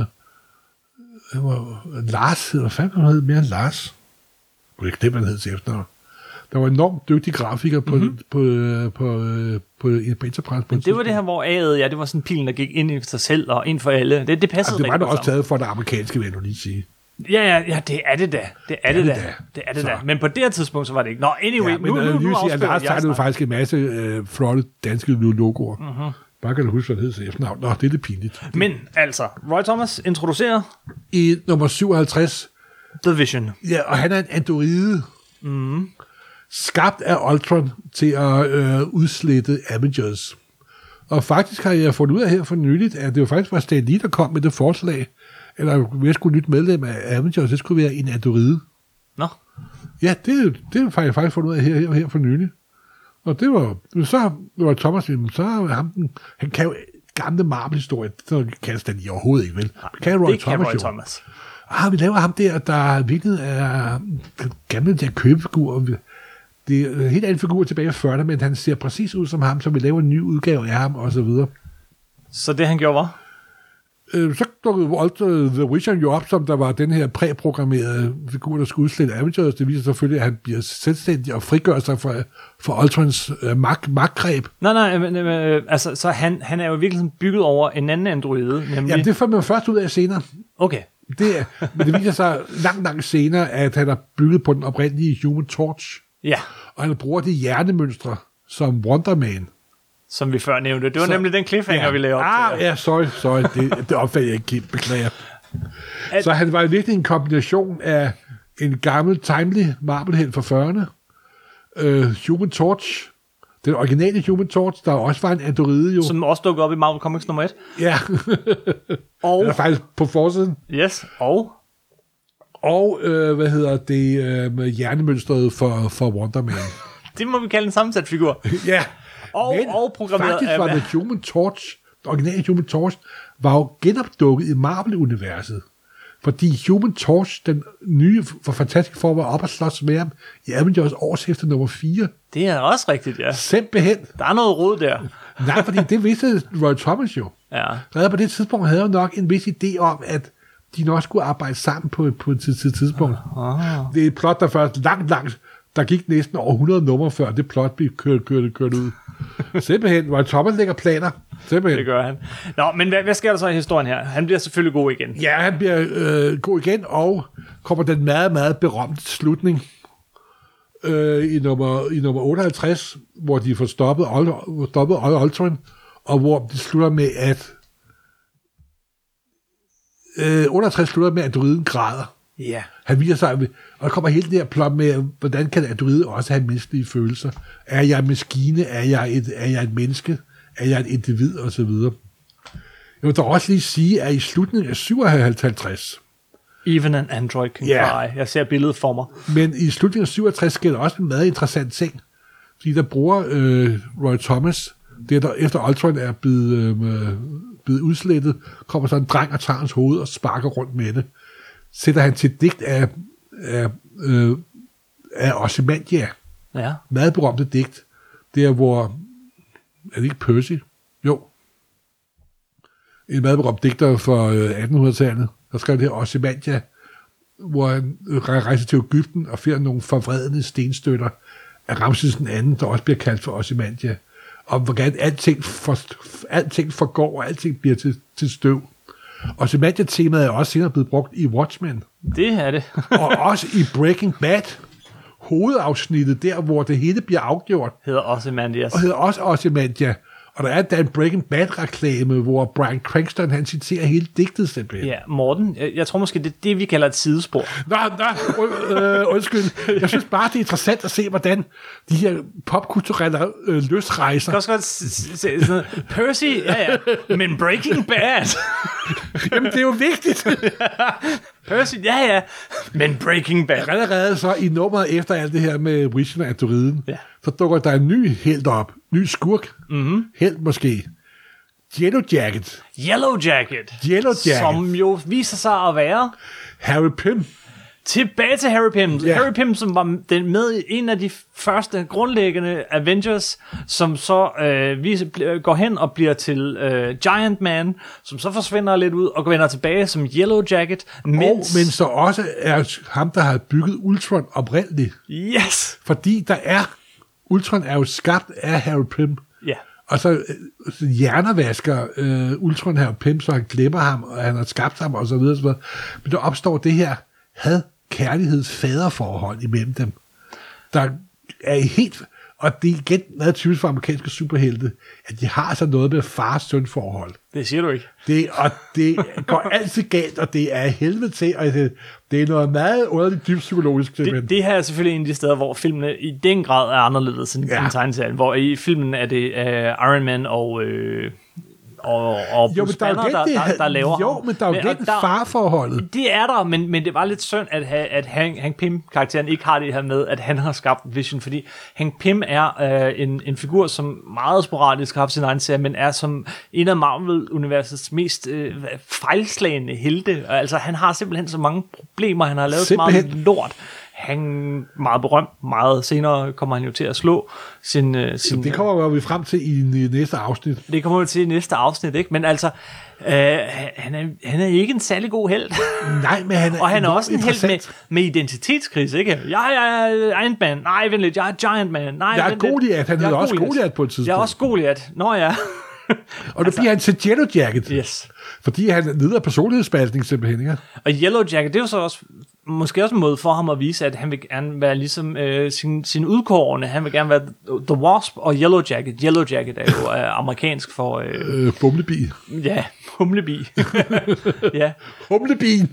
det var Lars hed. Hvad fanden var han hed mere end Lars? Jeg kunne ikke glemme, hvad han hed til efternavn. Der var enormt dygtig grafiker på, mm-hmm. på, på, på, på, på Enterprise. Men det var det her, hvor A'et, ja, det var sådan pilen, der gik ind i sig selv og ind for alle. Det, det passede rigtig. Det var da også sammen. taget for det amerikanske, vil jeg nu lige sige. Ja, ja, ja, det er det da. Det er det, det da. da. Det er det så. da. Men på det her tidspunkt, så var det ikke. Nå, anyway, ja, men, nu, nu, nu, nu, nu sige, at Lars tegnede faktisk en masse øh, flotte danske logoer. Mm-hmm. Bare kan du huske, hvad det hed til efternavn. Nå, det er lidt pinligt. Men altså, Roy Thomas introducerer... I nummer syvoghalvtreds. The Vision. Ja, og han er en androide. Mm. Skabt af Ultron til at øh, udslette Avengers. Og faktisk har jeg fundet ud af her for nyligt, at det jo faktisk var Stan Lee, der kom med det forslag, eller hvis skulle nyt medlem af Avengers, det skulle være en androide. Nå. Ja, det, det har jeg faktisk fundet ud af her, her, her for nyligt. Og det var, så var Thomas, så ham, den, han kan jo gamle Marvel-historie, så kan Stan Lee overhovedet ikke, vel? Kan Roy det kan Thomas Roy jo. Thomas. Ah, vi laver ham der, der virkelig er gamle der købefigur. Det er en helt anden figur tilbage i fyrrerne, men han ser præcis ud som ham, så vi laver en ny udgave af ham, og så videre. Så det han gjorde var? Øh, så dukkede The Vision jo op, som der var den her præprogrammerede figur, der skulle udslette Avengers. Det viser selvfølgelig, at han bliver selvstændig og frigør sig fra, fra Ultrons øh, mag, magtgreb. Nej, nej, men, øh, altså, så han, han er jo virkelig bygget over en anden androide, nemlig... Jamen, det får man først ud af senere. Okay. Det er, men det viser sig langt, langt senere, at han er bygget på den oprindelige Human Torch. Ja. Og han bruger de hjernemønstre som Wonder Man. Som vi før nævnte. Det var så, nemlig den cliffhanger, ja, vi lavede op ah, til. Ja, sorry, sorry. Det, det opfatter jeg ikke, beklager. At, så han var virkelig en kombination af en gammel, timely Marvel-helt fra fyrrerne, uh, Human Torch, den originale Human Torch, der også var en androide jo. Som også dukkede op i Marvel Comics nummer et. Ja. Og... Den er faktisk på forsiden. Yes, og... Og, øh, hvad hedder det, øh, med hjernemønstret for, for Wonder Man. Det må vi kalde en sammensat figur. Ja. Og, men og programmeret faktisk var af... The Human Torch, den originale Human Torch, var jo genopdukket i Marvel-universet. Fordi Human Torch, den nye for Fantastic Four, var op og slås med ham i Avengers årshæfte nummer fire. Det er også rigtigt, ja. Simpelthen. Der er noget rod der. Nej, fordi det vidste Roy Thomas jo. Ja. Allerede på det tidspunkt havde jeg nok en vis idé om, at de nok skulle arbejde sammen på, på et tidspunkt. Ah. Det er et plot, der først langt, langt, der gik næsten over hundrede numre før det plot blev kørt, kørt, kørt ud. Simpelthen, Roy Thomas lægger planer. Simpelthen. Det gør han. Nå, men hvad, hvad sker der så i historien her? Han bliver selvfølgelig god igen. Ja, han bliver øh, god igen, og kommer den meget, meget berømte slutning. øh, i, nummer, i nummer otteoghalvtreds, hvor de får stoppet, Ul- stoppet Ultron, og hvor det slutter med, at øh, otteoghalvtreds slutter med, at androiden græder. Ja. Han viser sig, og der kommer hele det her plot med, hvordan kan androiden også have menneskelige følelser? Er jeg en maskine? Er jeg et, er jeg et menneske? Er jeg et individ? Og så videre. Jeg vil da også lige sige, at i slutningen af syvoghalvtreds, Even an android can Ja. cry. Jeg ser billedet for mig. men i slutningen af syvogtres sker der også en meget interessant ting, fordi der bruger øh, Roy Thomas, det der efter Ultron er blevet, øh, blevet udslettet, kommer så en dreng og tager hans hoved og sparker rundt med det. Sætter han til digt af, af, øh, af Ozymandia. Ja. Meget berømte digt. Det er, hvor... Er det ikke Percy? Jo. En meget berømt digter fra attenhundredetallet, der skrev det her Ozymandia, hvor han rejser til Egypten og finder nogle forvredne stenstøtter af Ramses den anden, der også bliver kaldt for Ozymandia. Om hvordan alting, for, alting forgår, og alting bliver til, til støv. Ozymandia-temaet er også senere blevet brugt i Watchmen. Det er det. Og også i Breaking Bad, hovedafsnittet der, hvor det hele bliver afgjort, Hedder også Mandias. og hedder også Ozymandia. Og der er der en Breaking Bad-reklame, hvor Bryan Cranston, han citerer hele digtet simpelthen. Ja, Morten, jeg, jeg tror måske, det er det, vi kalder et sidespor. Nå, nå, und, øh, undskyld. Jeg synes bare, det er interessant at se, hvordan de her popkulturelle øh, løsrejser... Jeg kan også godt s- s- se sådan noget. Percy, ja ja, men Breaking Bad. Jamen, det er jo vigtigt. Percy, ja ja, men Breaking Bad. Allerede så i nummeret efter alt det her med Vision og androiden, Ja. så dukker der en ny helt op. Ny skurk. Mm-hmm. Helt måske. Yellow Jacket. Yellow Jacket. Yellow Jacket. Som jo viser sig at være... Harry Pym. Tilbage til Harry Pym. Ja. Harry Pym, som var den med i en af de første grundlæggende Avengers, som så øh, vi, går hen og bliver til øh, Giant Man, som så forsvinder lidt ud og vender tilbage som Yellow Jacket. Mens... Og, men så også er ham, der har bygget Ultron oprindeligt. Yes! Fordi der er... Ultron er jo skabt af Harry Pym. Ja. Og så, øh, så hjernevasker øh, Ultron Harry Pym, så han glemmer ham, og han har skabt ham, og så videre, så videre. Men der opstår det her had, kærligheds, faderforhold imellem dem. Der er helt... Og det er igen meget typisk for amerikanske superhelte, at de har så noget med far-søn-forhold. Det siger du ikke. Det, og det går altid galt, og det er helvede til, og det, det er noget meget underligt dybt psykologisk. Det, det her er selvfølgelig en af de steder, hvor filmene i den grad er anderledes end Ja. ja. tegneserien. Hvor i filmen er det uh, Iron Man og... Øh, og, og jo, Bruce men der er jo Banner, igen der, der, der laver jo, ham. men der er jo igen og der- farforholdet. Det er der, men, men det var lidt synd, at, ha- at Hank, Hank Pym-karakteren ikke har det her med, at han har skabt Vision, fordi Hank Pym er øh, en, en figur, som meget sporadisk har haft sin egen serie, men er som en af Marvel-universets mest øh, fejlslagende helte. Og, altså, han har simpelthen så mange problemer, han har lavet så meget Simpelthen. lort. Han er meget berømt, meget senere kommer han jo til at slå sin... Øh, sin Det kommer vi frem til i, i næste afsnit. det kommer vi til i næste afsnit, ikke? Men altså, øh, han, er, han er ikke en særlig god held. Nej, men han er Og han er enormt også en held med, interessant. med identitetskrise, ikke? Jeg er Iron Man. Nej, vent lidt. Jeg er Giant Man. Nej, Jeg er vent lidt. Goliath. Han Jeg er hedder også Goliath. Goliath på et tidspunkt. Jeg er også Goliath. Nå ja. Og nu bliver han til Yellow Jacket, Yes. fordi han lider af personlighedsspaltning simpelthen, ikke? Og Yellow Jacket, det er jo så også måske også en måde for ham at vise, at han vil gerne være ligesom øh, sin, sin udkårende. Han vil gerne være The Wasp og Yellow Jacket. Yellow Jacket er jo øh, amerikansk for... Øh, Øh, Bumlebi. ja, humlebi. ja, Humlebien!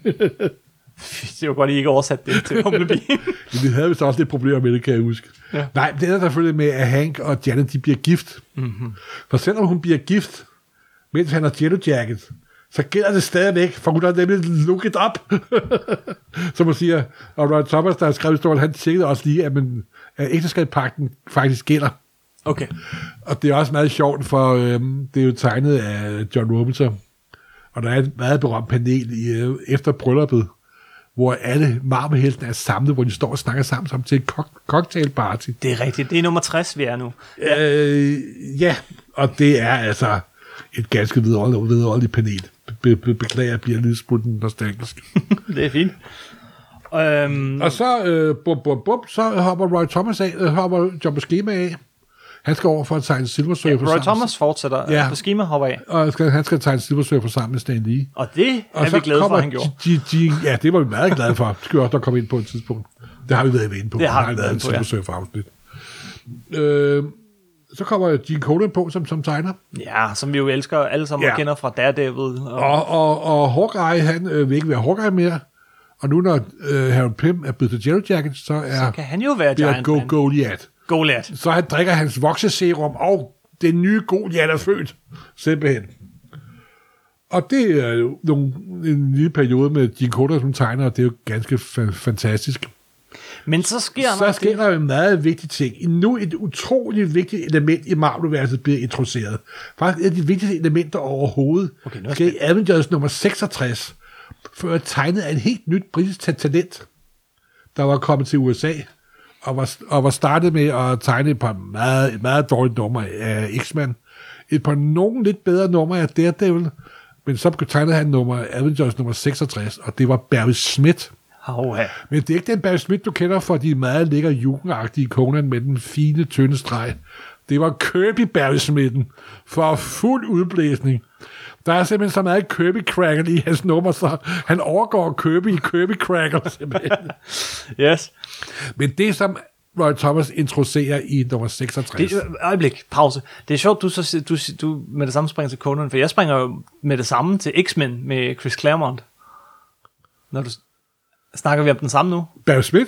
det var godt, I ikke oversat det til humlebi. Vi havde vist også lidt problemer med det, kan jeg huske. Ja. Nej, det er der selvfølgelig med, at Hank og Janet, de bliver gift. Mm-hmm. For selvom hun bliver gift, mens han har Yellow Jacket, så gælder det stadigvæk, for hun har nemlig look it up. Som man siger, og Roy Thomas, der har skrevet historien, han tjekkede også lige, at, man, at ægteskabspagten faktisk gælder. Okay. Og det er også meget sjovt, for øhm, det er jo tegnet af John Romita, og der er et meget berømt panel i, øh, efter brylluppet, hvor alle Marvel-heltene er samlet, hvor de står og snakker sammen, sammen til et cock- cocktailparty. Det er rigtigt. Det er nummer tres, vi er nu. Ja. Øh, ja, og det er altså et ganske vidunderligt, vidunderligt panel. Be- be- beklager, jeg bliver lidt spurten nostalgisk. Det er fint. Øhm, Og så, øh, bum, bum, bum, så hopper Roy Thomas af, øh, hopper John Buscema af. Han skal over for at tegne Silver Surfer Roy sammen. Thomas fortsætter Ja. ja. på schema hopper af. Og skal, han skal tegne Silver Surfer sammen med Stan Lee. Og det Og er så vi glade for, kommer at han gjorde. G- G- ja, det var vi meget glade for. Det skal vi også nok komme ind på et tidspunkt. Det har vi været inde på. Det har vi vi været inde på, ja. Silver Surfer-afsnit. Øh, så kommer Gene Colan på som, som tegner. Ja, som vi jo elsker alle sammen Ja. og kender fra Daredevil. Og, Og, og, og Hawkeye, han øh, vil ikke være Hawkeye mere. Og nu når øh, Harold Pym er blevet til Yellow Jacket, så er så kan han jo være det er Giant Go Man. Goliath. Goliath. Så han drikker hans vokseserum, og den nye Goliath er født. Simpelthen. Og det er jo nogle, en lille periode med Gene Colan som tegner, og det er jo ganske fa- fantastisk. Men så sker Så der sker der jo en meget vigtig ting. Nu et utroligt vigtigt element i Marvel-universet bliver introduceret. Faktisk et af de vigtigste elementer overhovedet. Okay, nu er jeg Skal i Avengers nummer seksogtres, før tegnet af et helt nyt britisk talent, der var kommet til U S A, og var, og var startet med at tegne et par meget, et meget dårligt nummer af X-Men. Et par nogen lidt bedre nummer af Daredevil, men så tegnede han nummer Avengers nummer seksogtres, og det var Barry Smith. Oha. Men det er ikke den Barry Smith, du kender fra de meget lækre jugendagtige Conan med den fine, tynde streg. Det var Kirby Barry Smithen for fuld udblæsning. Der er simpelthen så meget Kirby Crackle i hans nummer, så han overgår Kirby i Kirby Crackle simpelthen. Yes. Men det, som Roy Thomas introducerer i nummer seksogtres. Det, øjeblik, pause. Det er sjovt, du, så, du, du med det samme springer til Conan, for jeg springer jo med det samme til X-Men med Chris Claremont. Når du snakker vi om den samme nu? Barry Smith?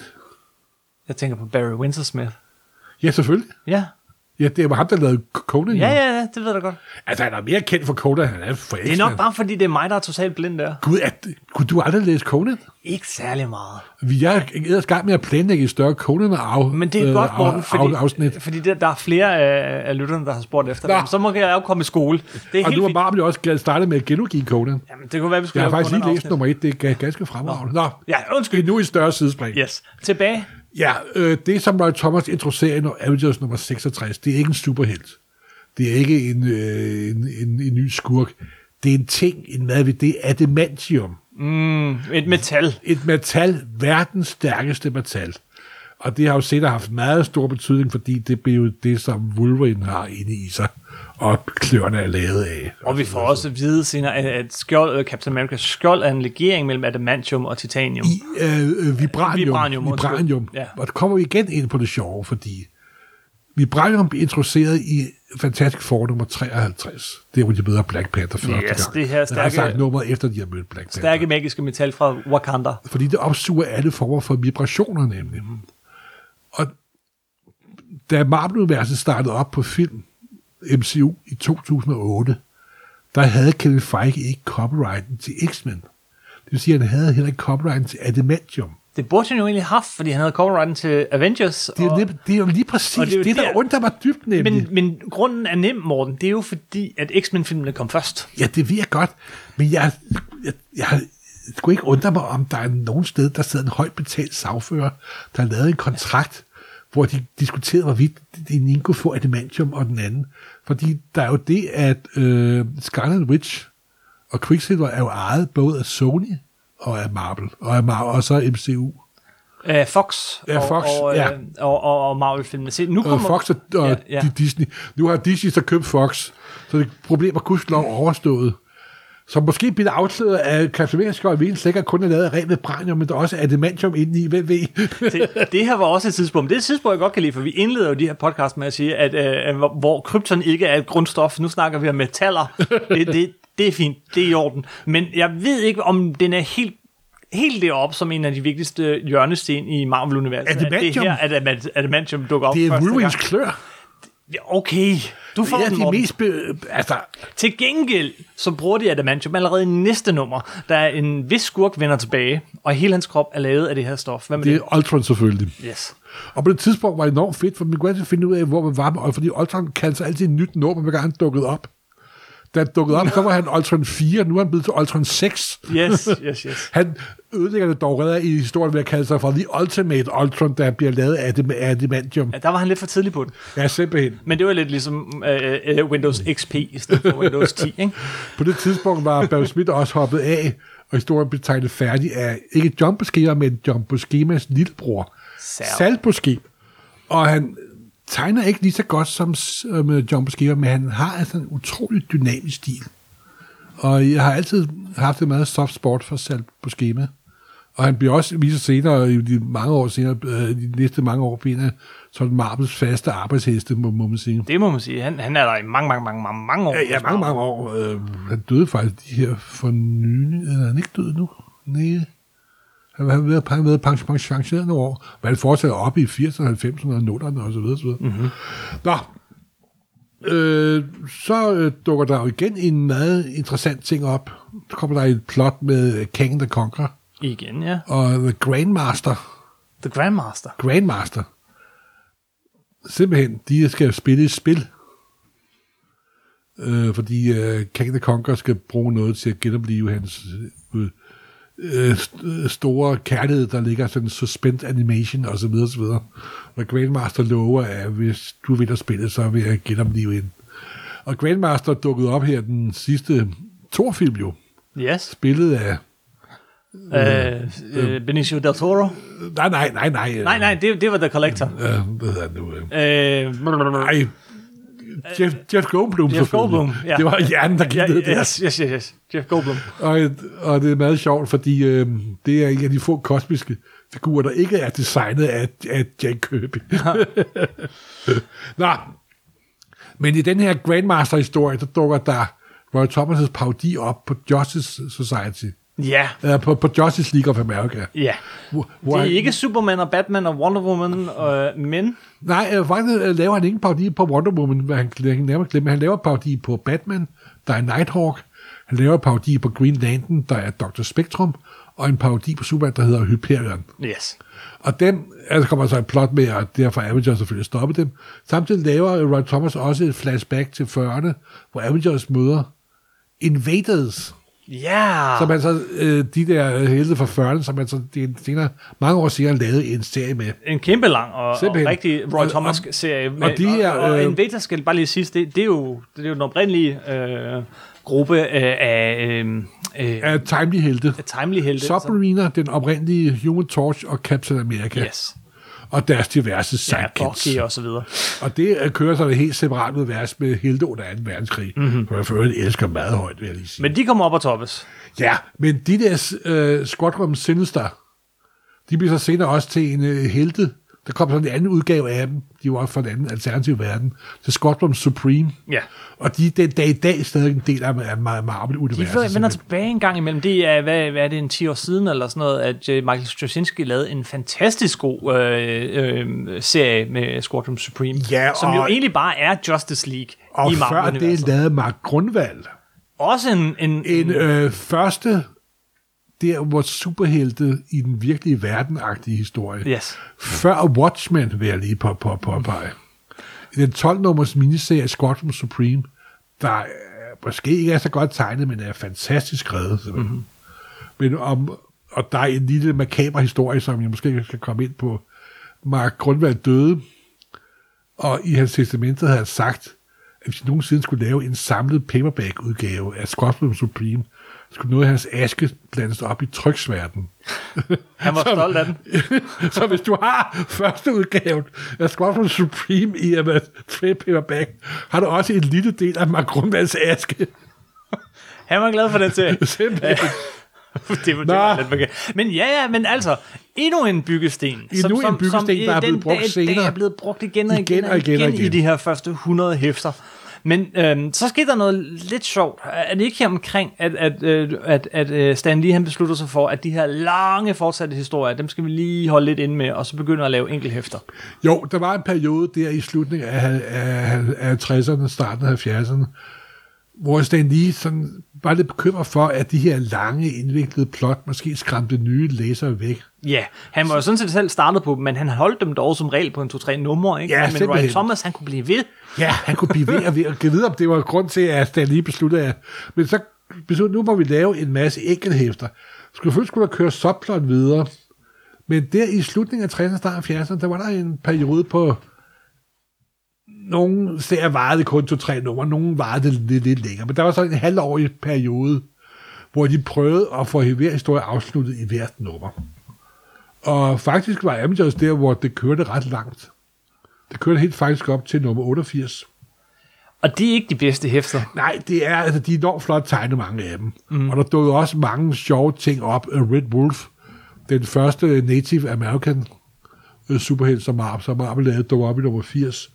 Jeg tænker på Barry Windsor Smith. Ja, selvfølgelig. Ja. Ja, det var ham, der lavede Conan. Ja, ja, ja, det ved jeg da godt. Altså, han er mere kendt for Conan, han er for Det er nok bare, fordi det er mig, der er totalt blind der. Gud, at, kunne du aldrig læse Conan? Ikke særlig meget. Vi er ellers gang med at planlægge et større Conan-af, Men det er godt, øh, Morten, af, fordi, afsnit. fordi der, der er flere af, af lytterne, der har spurgt efter Nå. dem. Så må jeg jo komme i skole. Det er Og helt nu har fint. Marvel jo også startet med at genudgive Conan. Jamen, det kunne være, vi skulle Jeg har lave faktisk lige læst Conan-afsnit. nummer et, det er ganske fremragende. Nå, Ja, undskyld. det er nu i større sidespring. Yes. Tilbage. Ja, øh, det som Roy Thomas introducerer i Avengers nummer seksogtres, det er ikke en superhelt. Det er ikke en, øh, en, en, en ny skurk. Det er en ting, en mad ved det, adamantium. Mm, et metal. Et metal, verdens stærkeste metal. Og det har jo set haft meget stor betydning, fordi det bliver jo det, som Wolverine har inde i sig, og kløerne er lavet af. Og vi får også at vide senere, at, at skjold, Captain America's skjold er en legering mellem adamantium og titanium. I øh, øh, vibranium. Vibranium, undskyld. vibranium. Ja. Og der kommer vi igen ind på det sjove, fordi vibranium bliver introduceret i Fantastic Four nummer treoghalvtreds. Det er, hvor de møder Black Panther første Yes, gang. det her Jeg har stærke- sagt nummeret efter, de har mødt Black Panther. Stærke magiske metal fra Wakanda. Fordi det opsuger alle former for vibrationer, nemlig. Og da Marvel-universet startede op på film, M C U, i to tusind og otte, der havde Kevin Feige ikke copyrighten til X-Men. Det vil sige, at han havde heller ikke copyrighten til Adamantium. Det burde han jo egentlig have haft, fordi han havde copyrighten til Avengers. Det er, og, jo, det er jo lige præcis og det er det, jo det der der- undrer mig dybt, nemlig. men, men grunden er nem, Morten. Det er jo fordi, at X-Men-filmene kom først. Ja, det ved jeg godt, men jeg, jeg, jeg skulle ikke undre mig, om der er nogen sted, der sidder en højt betalt sagfører, der har lavet en kontrakt, hvor de diskuterede, hvorvidt den ene kunne få adamantium og den anden. Fordi der er jo det, at øh, Scarlet Witch og Quicksilver er jo ejet både af Sony og af Marvel, og, af Mar- og så M C U. Uh, Fox, Ja, og, Fox, og, ja. øh, og, og, og Marvel-filmene. Se, nu Og kommer... Fox og, og Ja, ja, ja. ja. Disney. Nu har Disney så købt Fox, så det problem er gudskelov overstået. Så måske bliver det afsløret af Captain og Vin sikkert kun er lavet af ren vibranium, men der er også adamantium inde i, hvem ved. det, det her var også et tidspunkt. Det er et tidspunkt, jeg godt kan lide, for vi indleder jo de her podcast med at sige, at øh, hvor- hvor krypton ikke er et grundstof. Nu snakker vi om metaller. Det, det, det er fint. Det er i orden. Men jeg ved ikke, om den er helt helt deroppe som en af de vigtigste hjørnesten i Marvel-universet. At det Adamantium? her adamant, adamantium dukker op Det er første Wolverines gang. klør. Ja, okay, du får Det er den, de Morten. mest... Be- altså, Til gengæld, så bruger de adamantium allerede i næste nummer. Der er en vis skurk vender tilbage, og hele hans krop er lavet af det her stof. Hvad med det det? er Ultron selvfølgelig. Yes. Og på det tidspunkt var det enormt fedt, for man kunne altid finde ud af, hvor man var med, og fordi Ultron kaldte sig altid et nyt nummer, hver gang han dukkede op. Da han dukkede op, så var han Ultron fire, nu er han blevet til Ultron seks. Yes, yes, yes. Han ødelægger det dog redder i historien ved at kalde sig for The Ultimate Ultron, der bliver lavet af Adam- Adamantium. Ja, der var han lidt for tidlig på den. Ja, simpelthen. Men det var lidt ligesom øh, øh, Windows X P i stedet for Windows ti, ikke? På det tidspunkt var Barry Smith også hoppet af, og historien blev tegnet færdig af ikke John Buscema, men John Buscemas lillebror. Sal. Sal Buscema. Og han tegner ikke lige så godt som med John Buscema, men han har altså en utrolig dynamisk stil. Og jeg har altid haft et meget soft spot for Sal Buscema. Og han bliver også viser senere, i de mange år senere, øh, de næste mange år, bliver sådan Marvels faste arbejdsheste, må, må man sige. Det må man sige. Han, han er der i mange, mange, mange, mange, mange år. Ja, ja mange, mange år. Øh, han døde faktisk de her for nylig. Er han ikke død nu? Nej. Han har været, han har været pensioneret nogle år, men han fortsætter op i firserne, halvfemserne og nullerne og så videre. Så, videre. Mm-hmm. Nå, øh, så øh, dukker der jo igen en meget interessant ting op. Så kommer der et plot med King the Conqueror. Igen, ja. Og The Grandmaster. The Grandmaster. Grandmaster. Simpelthen, de skal spille et spil. Øh, fordi øh, King the Conqueror skal bruge noget til at genopleve hans øh, øh, store kærlighed, der ligger sådan suspense animation og så videre, så videre. Og Grandmaster lover, at hvis du vinder spillet, så vil jeg genopleve en. Og Grandmaster dukkede op her den sidste Thor-film jo. Yes. Spillet af Øh, øh, Benicio del Toro? Nej, nej, nej, nej. Nej, nej, det, det var The Collector. Øh, hvad hedder det nu? Øh, Nej, Jeff, Jeff Goldblum. Jeff Goldblum, ja. Det var hjernen, der ja, gik ned yes, yes, yes, yes. Jeff Goldblum. Og, og det er meget sjovt, fordi øh, det er en af de få kosmiske figurer, der ikke er designet af, af Jack Kirby. Nå, men i den her Grandmaster-historie, der dukker der Roy Thomas' parodi op på Justice Society. Ja. Uh, på, på Justice League of America. Ja. Hvor, det er han, ikke Superman og Batman og Wonder Woman, øh, men... Nej, uh, faktisk uh, laver han ikke en parodi på Wonder Woman, hvad han, han nærmest glemmer. Han laver parodi på Batman, der er Nighthawk. Han laver parodi på Green Lantern, der er doktor Spectrum. Og en parodi på Superman, der hedder Hyperion. Yes. Og dem, altså kommer så et plot med, og derfor Avengers selvfølgelig stoppe dem. Samtidig laver Roy Thomas også et flashback til fyrrerne, hvor Avengers møder Invaders. Ja. Yeah. Som altså, øh, de der helte fra fyrrerne, som altså senere, mange år senere lavede en serie med. En kæmpe lang og, og rigtig Roy Thomas og, serie. Med, og, de her, og, og øh, Invaders skal bare lige sige, det, det, er jo, det er jo den oprindelige øh, gruppe øh, af... Øh, af Timely-helte. Af Timely-helte. Submariner, den oprindelige Human Torch og Captain America. Yes. Og deres diverse sidekicks. Ja, og så videre. Og det kører så et helt separat univers med helte under anden verdenskrig. Mm-hmm. For jeg for øvrigt elsker meget højt, vil jeg lige sige. Men de kommer op og toppes. Ja, men de der uh, Squadron Sinister, de bliver så senere også til en uh, helte. Der kom sådan en anden udgave af dem. De var også fra en anden alternativ verden. Til Squadron Supreme. Ja. Og de er den dag i dag stadig en del af, af Marvel-universet. De vender tilbage en gang imellem. Det er, hvad, hvad er det, en ti år siden eller sådan noget, at Michael Straczynski lavede en fantastisk god øh, øh, serie med Squadron Supreme. Ja, som jo egentlig bare er Justice League og i Marvel-universet. Og før det lavede Mark Grundvald. Også en... En, en øh, første... Der, hvor superhelte i den virkelige verden-agtige historie. Yes. Før Watchmen, vil jeg lige på, på, på, på. I den tolv-nummers miniserie Squadron Supreme, der øh, måske ikke er så godt tegnet, men er fantastisk skrevet. Mm-hmm. Men om, og der er en lille makaber historie, som jeg måske skal komme ind på. Mark Grundvald døde, og i hans testamente havde han sagt, at hvis han nogensinde skulle lave en samlet paperback-udgave af Squadron Supreme, skulle noget af hans aske blandes op i tryksværten. Han var så, stolt af den. Så hvis du har første udgave af Squadron Supreme i en trade paperback, har du også en lille del af Mark Grundvalds aske. Han var glad for den til. Simpelthen. det var, det var lidt men ja, ja, men altså, endnu en byggesten. Endnu som, en byggesten, som, der er blevet brugt dag, senere. Der er blevet brugt igen og igen, igen, og igen, og igen, igen i de her første hundrede hæfter. Men øhm, så skete der noget lidt sjovt. Er det ikke her omkring, at, at, at, at, at Stan Lee han beslutter sig for, at de her lange fortsatte historier, dem skal vi lige holde lidt inde med, og så begynder at lave enkelthæfter? Jo, der var en periode der i slutningen af, af, af tresserne, starten af halvfjerdserne, hvor Stan Lee sådan var lidt bekymret for, at de her lange, indviklede plot måske skræmte nye læsere væk. Ja, han var jo sådan set selv startet på, men han holdt dem dog som regel på en to-tre numre, ikke? Ja, men Roy Thomas, han kunne blive ved. Ja, han kunne blive ved og ved, og kan vide, om det var grund til, at Stan Lee besluttede, at men så besluttede, nu må vi lave en masse enkelthæfter. Selvfølgelig skulle der køre subplot videre, men der i slutningen af tresserne, starten af halvfjerdserne, der var der en periode på nogle serier varede det kun to-tre numre, nogle varede det lidt, lidt længere, men der var så en halvårig periode, hvor de prøvede at få hver historie afsluttet i hvert nummer. Og faktisk var Avengers der, hvor det kørte ret langt. Det kørte helt faktisk op til nummer otteogfirs. Og det er ikke de bedste hæfter. Nej, det er, altså, de er enormt flot tegnet, mange af dem. Mm. Og der dukkede også mange sjove ting op. Red Wolf, den første Native American øh, superhelt, som Marvel, som Marvel lavede, dukkede op i nummer firs.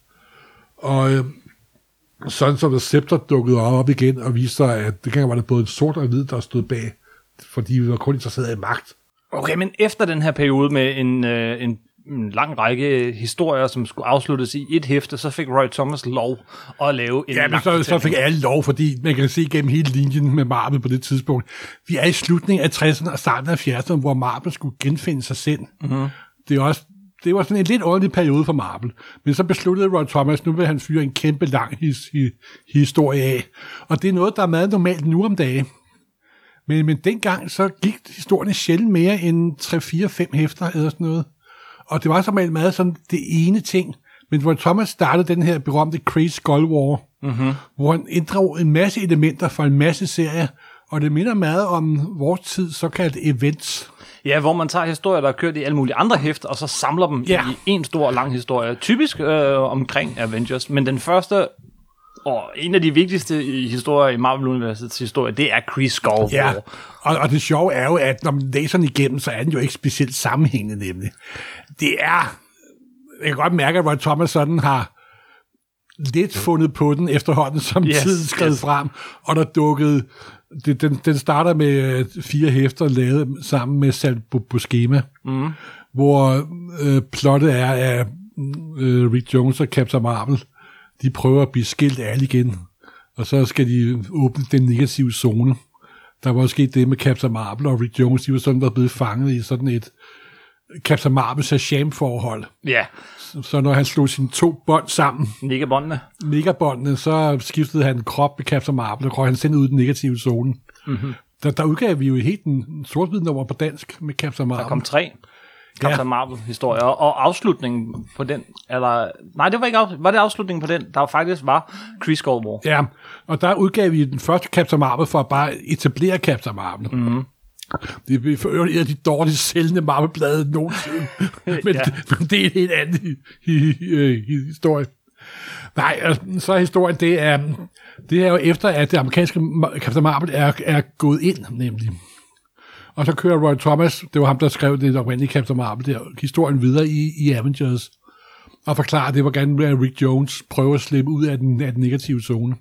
Og øh, sådan som der Scepter dukkede op igen, og viste sig, at det kan være både en sort og en hvid, der stod bag, fordi vi var kun interesseret i magt. Okay, men efter den her periode med en, øh, en, en lang række historier, som skulle afsluttes i et hæfte, så fik Roy Thomas lov at lave en Ja, men så, så fik alle lov, fordi man kan se gennem hele linjen med Marvel på det tidspunkt. Vi er i slutningen af tresserne og starten af halvfjerdserne, hvor Marvel skulle genfinde sig selv. Mm-hmm. Det er også det var sådan en lidt ordentlig periode for Marvel. Men så besluttede Roy Thomas, nu vil han fyre en kæmpe lang his, his, historie af. Og det er noget, der er meget normalt nu om dagen. Men, men dengang, så gik historien sjældent mere end tre, fire, fem hæfter eller sådan noget. Og det var så meget, meget sådan det ene ting. Men Roy Thomas startede den her berømte Kree Skull War, mm-hmm. hvor han inddrog en masse elementer fra en masse serier. Og det minder meget om vores tid såkaldt events. Ja, hvor man tager historier, der er kørt i alle mulige andre hæfter, og så samler dem ja. i en stor lang historie. Typisk øh, omkring Avengers. Men den første, og en af de vigtigste historier i Marvel-universets historie, det er Kree Skull War. Ja, og, og det sjove er jo, at når man læser den igennem, så er den jo ikke specielt sammenhængende nemlig. Det er, jeg kan godt mærke, at Roy Thomas sådan har lidt fundet på den efterhånden, som yes, tiden skred yes. frem, og der dukkede, det, den, den starter med fire hæfter lavet sammen med Sal Buscema, mm. hvor øh, plottet er, at øh, Rick Jones og Captain Marvel, de prøver at blive skilt alle igen, og så skal de åbne den negative zone. Der var sket det med Captain Marvel og Rick Jones, de var sådan der blevet fanget i sådan et Captain Marvel-Shazam-forhold. Ja. Så, så når han slog sine to bånd sammen, Megabåndene, Megabåndene, så skiftede han krop med Captain Marvel, og han sendte ud i den negative zone. Mm-hmm. Der, der udgav vi jo helt en sort-hvid nummer på dansk med Captain Marvel. Der kom tre Captain ja. Marvel-historier, og afslutningen på den, eller, nej, det var ikke af, var det afslutningen på den, der faktisk var Kree Skull War. Ja, og der udgav vi den første Captain Marvel for at bare etablere Captain Marvel. Mm-hmm. Det er for øvrigt et af de dårligst sælgende Marvel-blade nogensinde, men, ja. men det er en helt anden hi, hi, hi, hi, historie. Nej, så er historien, det er, det er jo efter, at det amerikanske Captain Marvel er, er gået ind, nemlig. Og så kører Roy Thomas, det var ham, der skrev det oprindelige Captain Marvel, der historien videre i, i Avengers, og forklarer, det var gerne, at Rick Jones prøver at slippe ud af den, af den negative zone.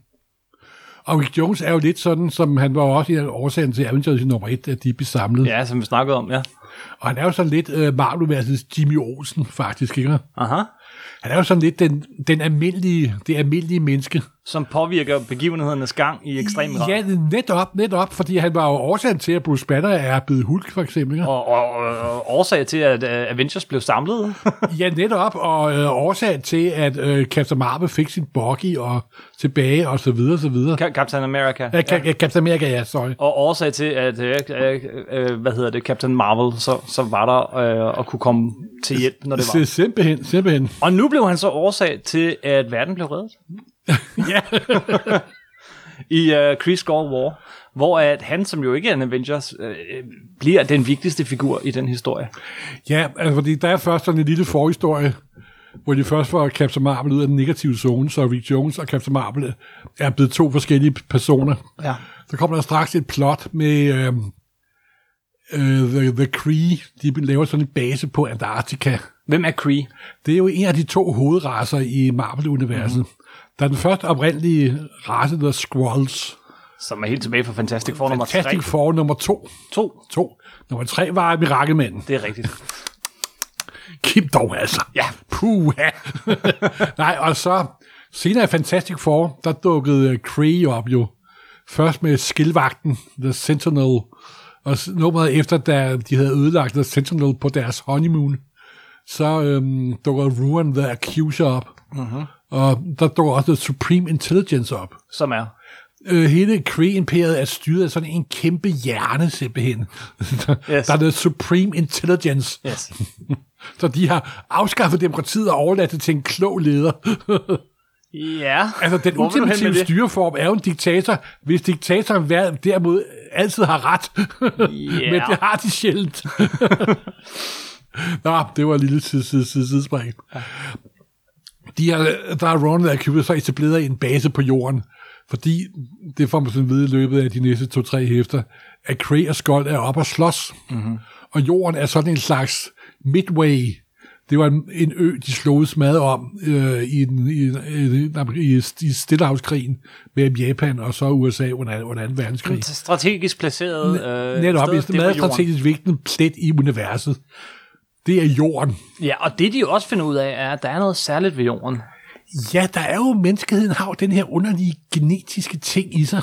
Og Rick Jones er jo lidt sådan, som han var også i årsagen til Avengers i nummer et, at de blev samlet. Ja, som vi snakkede om, ja. Og han er jo sådan lidt uh, Marvel-universets Jimmy Olsen, faktisk, ikke? Aha. Han er jo sådan lidt den, den almindelige, det almindelige menneske. Som påvirker begivenhedernes gang i ekstrem grad. Ja, netop, netop, fordi han var jo årsagen til, at Bruce Banner er blevet Hulk, for eksempel. Og, og, og årsag til, at uh, Avengers blev samlet. Ja, netop, og øh, årsag til, at øh, Captain Marvel fik sin Bucky og tilbage, og så videre, så videre. Captain America. Ja, ja. Captain America, ja, sorry. Og årsag til, at, øh, øh, hvad hedder det, Captain Marvel, så, så var der øh, at kunne komme til hjælp, når det var. Simpelthen, simpelthen. Og nu blev han så årsag til, at verden blev reddet. Ja. I uh, Kree Skull War, hvor at han, som jo ikke er en Avengers, øh, bliver den vigtigste figur i den historie. Ja, altså fordi der er først sådan en lille forhistorie, hvor de først får Captain Marvel ud af den negative zone, så Rick Jones og Captain Marvel er blevet to forskellige personer. Ja. Så kommer der straks et plot med øh, øh, the, the Kree, de laver sådan en base på Antarktika. Hvem er Kree? Det er jo en af de to hovedracer i Marvel-universet. Mm-hmm. Der er den første oprindelige race, der hedder Skrulls. Som er helt tilbage fra Fantastic Four nummer tre. Fantastic Four nummer to. To. To. Nummer tre var Mirakelmanden. Det er rigtigt. Kim dog altså. Ja. Puh. Nej, og så senere i Fantastic Four, der dukkede Kree op jo. Først med skildvagten, The Sentinel. Og nummeret efter, da de havde ødelagt The Sentinel på deres honeymoon, så øhm, dukker Ruin the Accuser op. Uh-huh. Og der dukker også The Supreme Intelligence op. Som er? Øh, hele Kree-imperiet er styret af sådan en kæmpe hjerne, simpelthen. Yes. Der er The Supreme Intelligence. Yes. Så de har afskaffet demokratiet og overladt det til en klog leder. Ja. Altså, den ultimative styreform er jo en diktator, hvis diktatoren derimod altid har ret. Yeah. Men det har de sjældent. Nå, det var et lille sidespring. De har, der er Ron og Cupid så etableret en base på jorden, fordi det får man sådan vide i løbet af de næste to-tre hæfter, at Kree og Skull er oppe og slås. Mm-hmm. og jorden er sådan en slags midway. Det var en, en ø, de sloges meget om øh, i, den, i, i, i Stillehavskrigen mellem Japan og så U S A under, under anden verdenskrig. Strategisk placeret øh, Netop, det er meget strategisk vigtig plet i universet. Det er jorden. Ja, og det de også finder ud af, er, at der er noget særligt ved jorden. Ja, der er jo, menneskeheden har jo den her underlige genetiske ting i sig,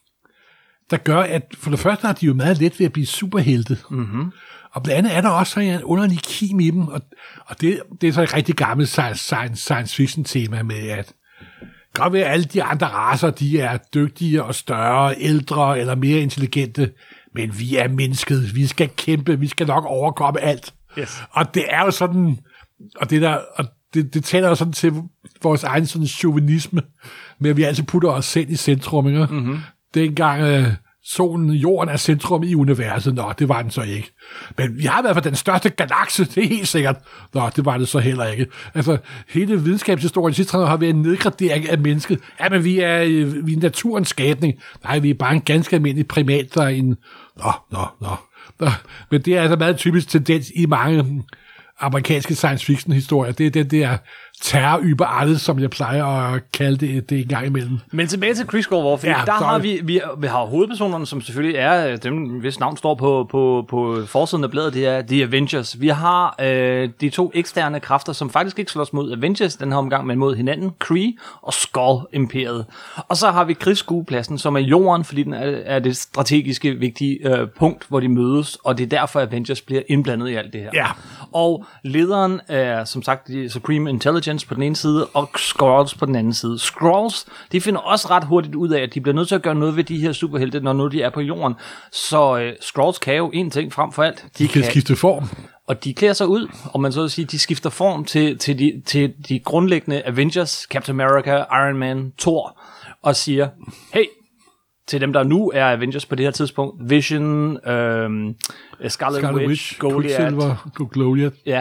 der gør, at for det første har de jo meget let ved at blive superhelte. Mm-hmm. Og blandt andet er der også en underlig kim i dem, og, og det, det er så et rigtig gammelt science, science fiction tema med, at godt ved, at alle de andre racer, de er dygtige og større, ældre eller mere intelligente, men vi er mennesket, vi skal kæmpe, vi skal nok overkomme alt. Yes. Og det er jo sådan, og det der, og det, det taler jo sådan til vores egen sådan chauvinisme, med at vi altid putter os selv i centrum, ikke? Mm-hmm. Dengang øh, solen, jorden er centrum i universet, nå, det var den så ikke. Men vi har i hvert fald den største galakse, det er helt sikkert. Nå, det var det så heller ikke. Altså, hele videnskabshistorien sidste tredive har været en nedgradering af mennesket. Ja, men vi er, vi er naturens skabning. Nej, vi er bare en ganske almindelig primat, der er en... Nå, nå, nå. nå. Men det er altså meget typisk tendens i mange amerikanske science fiction historier. Det er den der terror-über-alles, som jeg plejer at kalde det, det en gang imellem. Men tilbage til Krigskov War, for ja, der har vi, vi, vi har hovedpersonerne, som selvfølgelig er dem, hvis navn står på, på, på forsiden af bladet, det er The Avengers. Vi har øh, de to eksterne kræfter, som faktisk ikke slås mod Avengers den her omgang, men mod hinanden, Kree og Skrull-imperiet. Og så har vi krigsskuepladsen, som er jorden, fordi den er, er det strategiske vigtige øh, punkt, hvor de mødes, og det er derfor, Avengers bliver indblandet i alt det her. Ja. Og lederen er, som sagt, de Supreme Intelligence på den ene side, og Skrulls på den anden side. Skrulls, de finder også ret hurtigt ud af, at de bliver nødt til at gøre noget ved de her superhelte, når nu de er på jorden. Så uh, Skrulls kan jo en ting frem for alt. De, de kan, kan skifte form. Og de klæder sig ud, og man så vil sige, de skifter form til, til, de, til de grundlæggende Avengers, Captain America, Iron Man, Thor, og siger, hey, til dem, der nu er Avengers på det her tidspunkt, Vision, øhm, Scarlet, Scarlet Witch, Goliath, Goliath. Ja.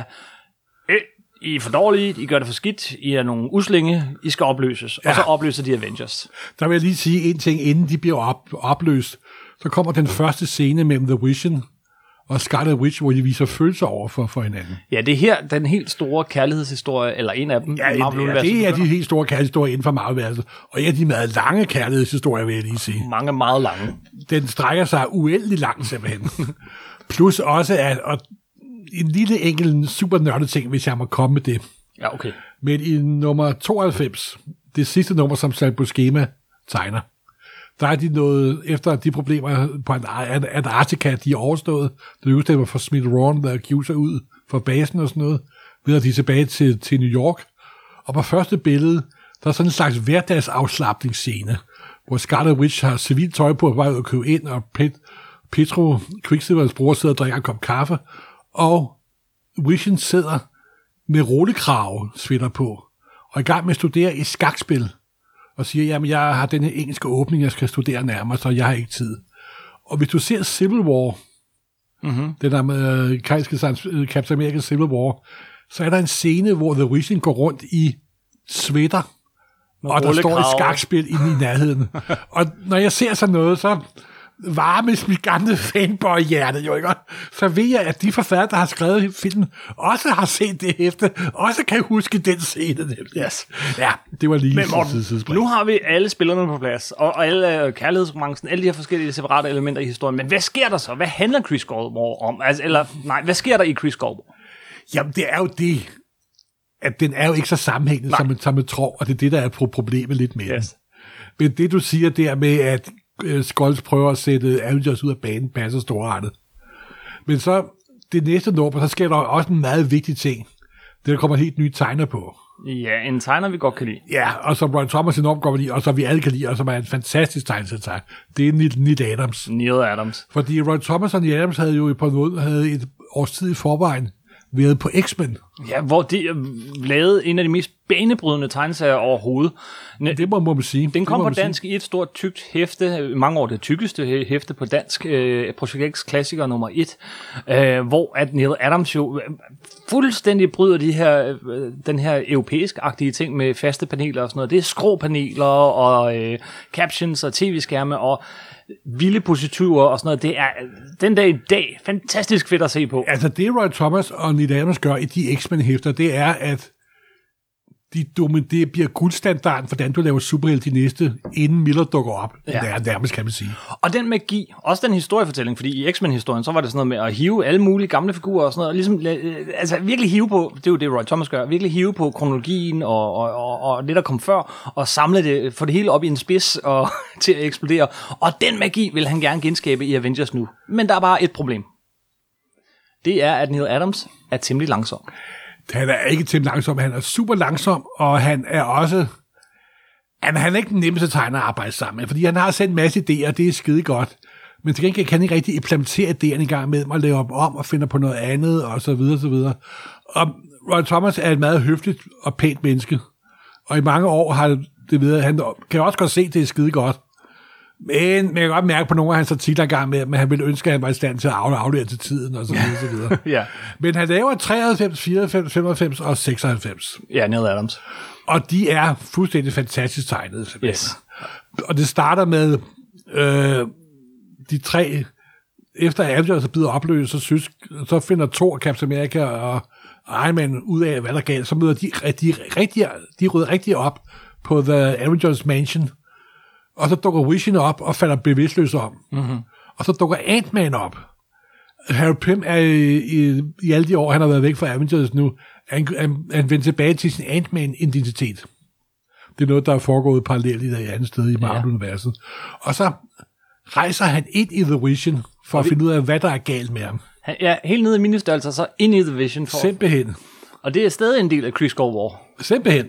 I er for dårlige, I gør det for skidt, I er nogle uslinge, I skal opløses. Ja. Og så opløser de Avengers. Der vil jeg lige sige en ting, inden de bliver op, opløst. Så kommer den første scene mellem The Vision og Scarlet Witch, hvor de viser følelser over for, for hinanden. Ja, det er her den helt store kærlighedshistorie, eller en af dem. Ja, ja det er de helt store kærlighedshistorier inden for Marvel-universet. Og en af de meget lange kærlighedshistorier, vil jeg lige sige. Mange meget lange. Den strækker sig uendelig langt, simpelthen. Plus også, at... at en lille enkelt super nørdet ting, hvis jeg må komme med det. Ja, okay. Men i nummer tooghalvfems, det sidste nummer, som Sal Buscema tegner, der er de noget, efter de problemer på Antarktika, de er overstået, det lykkedes dem for Smith Ron, der giver sig ud fra basen og sådan noget, videre de tilbage til, til New York. Og på første billede, der er sådan en slags hverdagsafslapningsscene, hvor Scarlet Witch har civilt tøj på, på vej ud og købe ind, og Pet, Petro, Quicksilvers bror, sidder og drikker en kop kaffe, og Vision sidder med rullekrave sweater på, og er i gang med at studere et skakspil, og siger, jamen jeg har den her engelske åbning, jeg skal studere nærmere, så jeg har ikke tid. Og hvis du ser Civil War, mm-hmm. den der med uh, Captain America Civil War, så er der en scene, hvor The Vision går rundt i sweater, med og der står et skakspil inde i nærheden. Og når jeg ser sådan noget, så varmes mit gamle fanboy-hjerte, jo ikke? Så ved jeg, at de forfattere, der har skrevet filmen, også har set det hæfte, også kan huske den scene. Yes. Ja, det var lige Men Morten, nu har vi alle spillerne på plads, og alle kærlighedsromancen, alle de her forskellige separate elementer i historien. Men hvad sker der så? Hvad handler Krigskov War om? Altså, eller, nej, hvad sker der i Krigskov War? Jamen, det er jo det, at den er jo ikke så sammenhængende, som man, som man tror, og det er det, der er problemet lidt med yes. Men det, du siger der med, at Skrulls prøver at sætte Avengers ud af banen, passer storartet. Men så, det næste nummer, så sker der også en meget vigtig ting. Det der kommer helt nye tegner på. Ja, en tegner, vi godt kan lide. Ja, og som Ron Thomas enormt godt kan lide, og som vi alle kan lide, og som er en fantastisk tegneserie. Det er Neil Adams. Neil Adams. Fordi Ron Thomas og Neil Adams havde jo på en måde havde et års tid i forvejen været på X-Men. Ja, hvor de lavede en af de mest banebrydende tegneserier overhovedet. Det må man sige. Den kom på sige. dansk i et stort, tykt hæfte, mange år det tykkeste hæfte på dansk, øh, Projekt X klassiker nummer et, øh, hvor at Neil Adams jo fuldstændig bryder de her, øh, den her europæisk-agtige ting med faste paneler og sådan noget. Det er skråpaneler og øh, captions og tv-skærme og vilde positurer og sådan noget. Det er den dag i dag fantastisk fedt at se på. Altså det Roy Thomas og Neil Adams gør i de X-Men-hæfter, det er, at de dumme, det bliver guldstandarden, hvordan du laver superhelt de næste, inden Miller dukker op. Ja. Det er nærmest, kan man sige. Og den magi, også den historiefortælling, fordi i X-Men-historien, så var det sådan noget med at hive alle mulige gamle figurer og sådan noget, og ligesom, altså virkelig hive på, det er jo det, Roy Thomas gør, virkelig hive på kronologien og, og, og, og det, der kom før, og samle det, få det hele op i en spids og til at eksplodere. Og den magi vil han gerne genskabe i Avengers nu. Men der er bare et problem. Det er, at Neil Adams er temmelig langsom. Han er ikke temmelig langsom, han er super langsom, og han er også... Han, han er ikke den nemmeste tegner at arbejde sammen med, fordi han har selv en masse idéer, og det er skide godt. Men til gengæld kan han ikke rigtig implementere idéerne i gang med, og lave dem om og finde på noget andet, og så videre, så videre. Og Roy Thomas er et meget høfligt og pænt menneske, og i mange år har det videre, han kan også godt se, at det er skide godt. Men man kan godt mærke på nogle af hans artikler engang med, at han ville ønske, at han var i stand til at aflevere til tiden, og så videre, så videre. Ja. Men han laver treoghalvfems, fireoghalvfems, femoghalvfems og seksoghalvfems. Ja, Neil Adams. Og de er fuldstændig fantastisk tegnet. Yes. Og det starter med øh, de tre, efter Avengers er blevet opløst, så, synes, så finder Thor, Captain America og Iron Man ud af, hvad der er galt. Så møder de, de, rigtig, de rydder rigtig op på The Avengers Mansion. Og så dukker Vision op og falder bevidstløs om. Mm-hmm. Og så dukker Ant-Man op. Harry Pym er i, i, i alle de år, han har været væk fra Avengers nu, han, han, han vender tilbage til sin Ant-Man-identitet. Det er noget, der er foregået parallelt i et andet sted i Marvel-universet. Ja. Og så rejser han ind i The Vision for at vi, finde ud af, hvad der er galt med ham. Han, ja, helt nede i ministørelser, så ind i The Vision. For, Simpelthen. Og det er stadig en del af Kree Skull War. Simpelthen.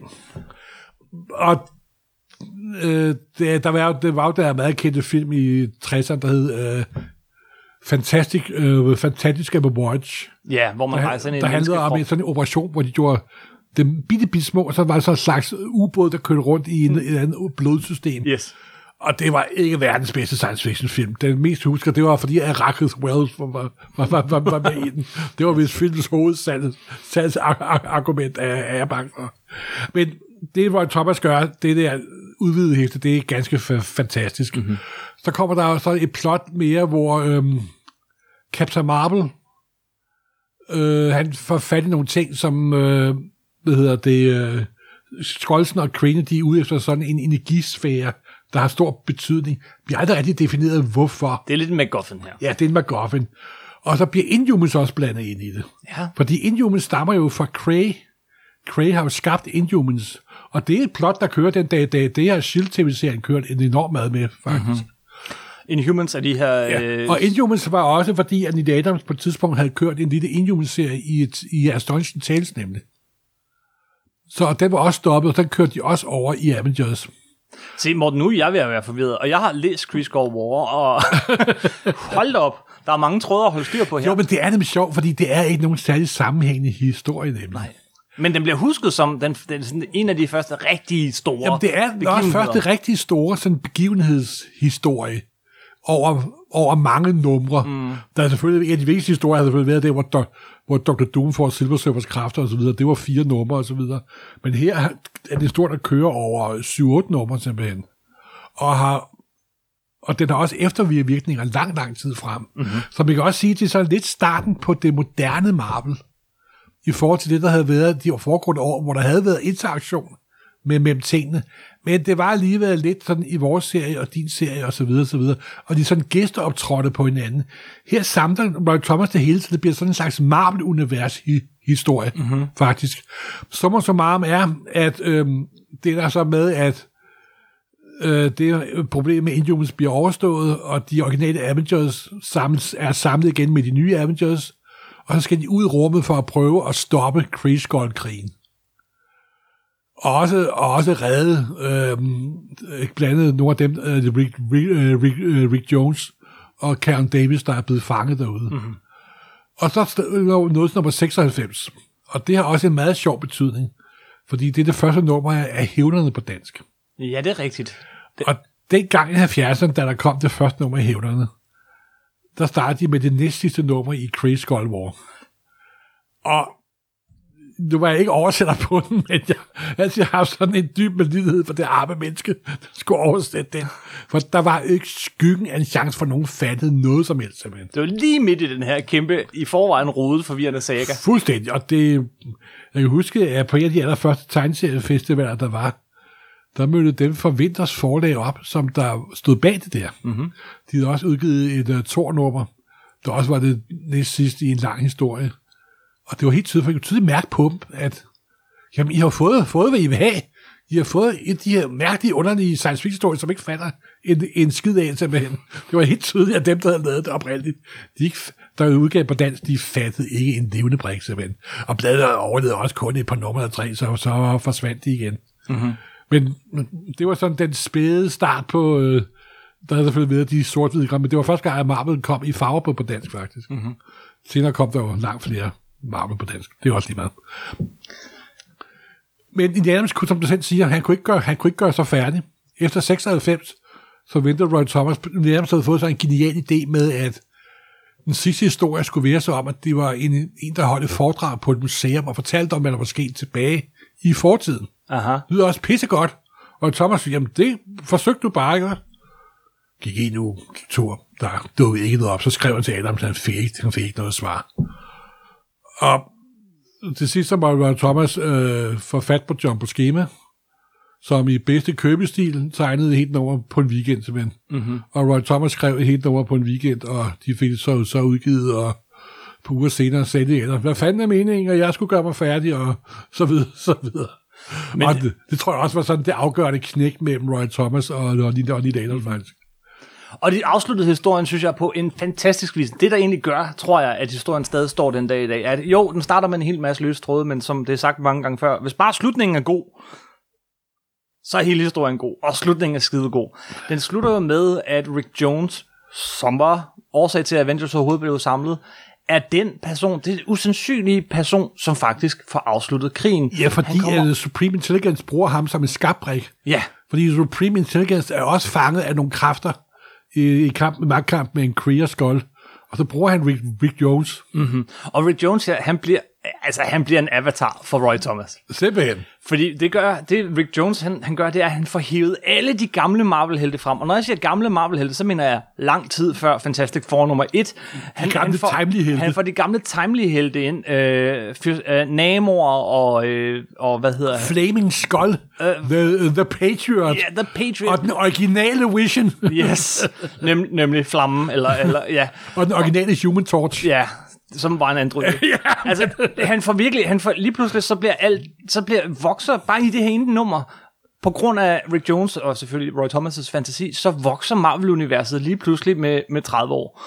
Og øh, det, der var, det var jo der meget kendte film i tresserne, der hed... Øh, Fantastic, uh, Fantastic Voyage. Ja, hvor man rejser ind i en der handlede om en sådan en operation, hvor de gjorde dem bitte, bitte små, og så var der så en slags ubåd, der kørte rundt i en, mm. et andet blodsystem. Yes. Og det var ikke verdens bedste science fiction film. Den mest husker, det var fordi Arrakis Wells var, var, var, var, var med i den. Det var vist filmens hovedsalgsargument af, af bank for. Men det, hvor Thomas gør, det der udvidede hæfte, det er ganske f- fantastisk. Mm-hmm. Så kommer der jo så et plot mere, hvor øhm, Captain Marvel, øh, han får fat i nogle ting, som, øh, hvad hedder det, øh, Skolsen og Crane, de er ude efter sådan en energisfære, der har stor betydning. Vi har aldrig rigtig defineret, hvorfor. Det er lidt en MacGuffin her. Ja, det er en MacGuffin. Og så bliver Inhumans også blandet ind i det. Ja. Fordi Inhumans stammer jo fra Kree. Kree har jo skabt Inhumans. Og det er et plot, der kører den dag i dag. Det har S H I E L D-T V-serien kørt en enorm meget med, faktisk. Mm-hmm. Inhumans er de her... Ja. Øh... Og Inhumans var også, fordi at Neil Adams på et tidspunkt havde kørt en lille Inhumans-serie i, et, i Astonishing Tales, nemlig. Så den var også stoppet, og den kørte de også over i Avengers. Se, Morten, nu er jeg ved at være forvirret, og jeg har læst Kree Skull War, og hold da op, der er mange tråde at holde styr på her. Jo, men det er nemlig sjovt, fordi det er ikke nogen særlig sammenhængende historie, nemlig. Nej. Men den bliver husket som den, den, sådan en af de første rigtig store Jamen, det er også første rigtig store sådan begivenhedshistorie over, over mange numre. Mm. Der er selvfølgelig, en af de vigtigste historier har selvfølgelig været det, hvor, do, hvor doktor Doom får Silver Surfers kræfter og så videre. Det var fire numre og så videre. Men her er det stort, der kører over syv otte numre simpelthen. Og har og den har også eftervirkninger lang, lang tid frem. Mm-hmm. Så man kan også sige, at det er så lidt starten på det moderne Marvel. I forhold til det, der havde været de foregående år, hvor der havde været interaktion med, mellem tingene. Men det var alligevel lidt sådan i vores serie og din serie og så videre, så videre. Og de sådan gæsteoptrådte på hinanden. Her samler Roy Thomas det hele, så det bliver sådan en slags Marvel-univers-historie, mm-hmm. faktisk. Summa summarum er, at øhm, det der så med, at øh, det problem med Inhumans bliver overstået, og de originale Avengers samles, er samlet igen med de nye Avengers, og så skal de ud i rummet for at prøve at stoppe Kree Skull-krigen. Og også, og også redde øh, blandt andet nogle af dem, øh, Rick, Rick, øh, Rick, øh, Rick Jones og Karen Davis, der er blevet fanget derude. Mm-hmm. Og så noget nummer seksoghalvfems. Og det har også en meget sjov betydning. Fordi det er det første nummer af Hævnerne på dansk. Ja, det er rigtigt. Det... Og dengang i halvfjerdserne, da der kom det første nummer af Hævnerne, der startede de med det næst sidste nummer i Kree Skull War. Og nu var jeg ikke oversætter på den, men jeg har altid haft sådan en dyb medlidenhed for det arme menneske, der skulle oversætte den. For der var ikke skyggen af en chance for, nogen fattede noget som helst. Simpelthen. Det var lige midt i den her kæmpe, i forvejen rodet forvirrende saga. Fuldstændig, og det, jeg kan huske, at på en af de allerførste tegneseriefestivaler, der var, der mødte dem fra Vinters forlag op, som der stod bag det der. Mm-hmm. De havde også udgivet et uh, Thor-nummer, der også var det næst sidste i en lang historie. Og det var helt tydeligt, for jeg kunne tydeligt mærke på dem, at jamen, I har fået, fået, hvad I vil have. I har fået et af de her mærkelige, underlige science fiction-historier, som ikke fatter en, en skid af, simpelthen. Det var helt tydeligt, at dem, der havde lavet det oprindeligt, de ikke, der udgav på dansk, de fattede ikke en levende brik, simpelthen. Og bladet overlevede også kun et par nummer af tre, så, så forsvandt de igen. Mm-hmm. Men det var sådan den spæde start på, øh, der havde selvfølgelig været de sort-hvide gram, men det var første gang, at Marvel kom i farver på, på dansk, faktisk. Mm-hmm. Senere kom der jo langt flere Marvel på dansk. Det er også lige meget. Men Indiana Jones, som du selv siger, han kunne ikke gøre, han kunne ikke gøre sig færdig. Efter seksoghalvfems, så ventede Roy Thomas, Indiana Jones havde fået sig en genial idé med, at den sidste historie skulle være så om, at det var en, en der holdt et foredrag på et museum og fortalte om, hvad der var sket tilbage i fortiden. Aha. Det lyder også pissegodt. Og Thomas siger, jamen det forsøgte du bare, ikke? Gik en uge, gik to, der dukkede ikke noget op, så skrev han til Adam, så han fik ikke, han fik ikke noget svar. Og til sidst så var Thomas øh, få fat på John Buscema, som i bedste købestil tegnede et helt nummer på en weekend, simpelthen. Mm-hmm. Og Roy Thomas skrev et helt nummer på en weekend, og de fik det så, så udgivet, og på uger senere sagde de, hvad fanden er meningen, og jeg skulle gøre mig færdig, og så videre, så videre. Men, og det, det tror jeg også var sådan det afgørende knæk mellem Roy Thomas og, og, og Neil Adams, faktisk. Og de afsluttede historien, synes jeg, på en fantastisk vis. Det, der egentlig gør, tror jeg, at historien stadig står den dag i dag, er, at jo, den starter med en hel masse løse tråde, men som det er sagt mange gange før, hvis bare slutningen er god, så er hele historien god, og slutningen er skide god. Den slutter jo med, at Rick Jones, som var årsag til, at Avengers overhovedet blev samlet, er den person, det er usandsynlige person, som faktisk får afsluttet krigen. Ja, fordi kommer... Supreme Intelligence bruger ham som en skakbrik. Ja. Fordi Supreme Intelligence er også fanget af nogle kræfter i, i kamp, magtkamp med en Kree Skull. Og så bruger han Rick, Rick Jones. Mm-hmm. Og Rick Jones her, han bliver, altså, han bliver en avatar for Roy Thomas. Simpelthen. Fordi det gør, det Rick Jones, han, han gør, det er, at han får hævet alle de gamle Marvel-helte frem. Og når jeg siger gamle Marvel-helte, så mener jeg lang tid før Fantastic Four nummer et. Han, de gamle han får, timely-helte. Han får de gamle timely-helte ind. Øh, øh, Namor og, øh, og hvad hedder han? Flaming Skull. Uh, the, the Patriot. Ja, yeah, The Patriot. Og den originale Vision. Yes. Nem, nemlig Flammen. Eller, eller, ja. Og den originale Human Torch. Ja, som var en android. Ja, altså, han får virkelig, han får, lige pludselig, så bliver alt, så bliver vokser, bare i det her ene nummer, på grund af Rick Jones, og selvfølgelig Roy Thomas' fantasi, så vokser Marvel-universet lige pludselig med, med tredive år.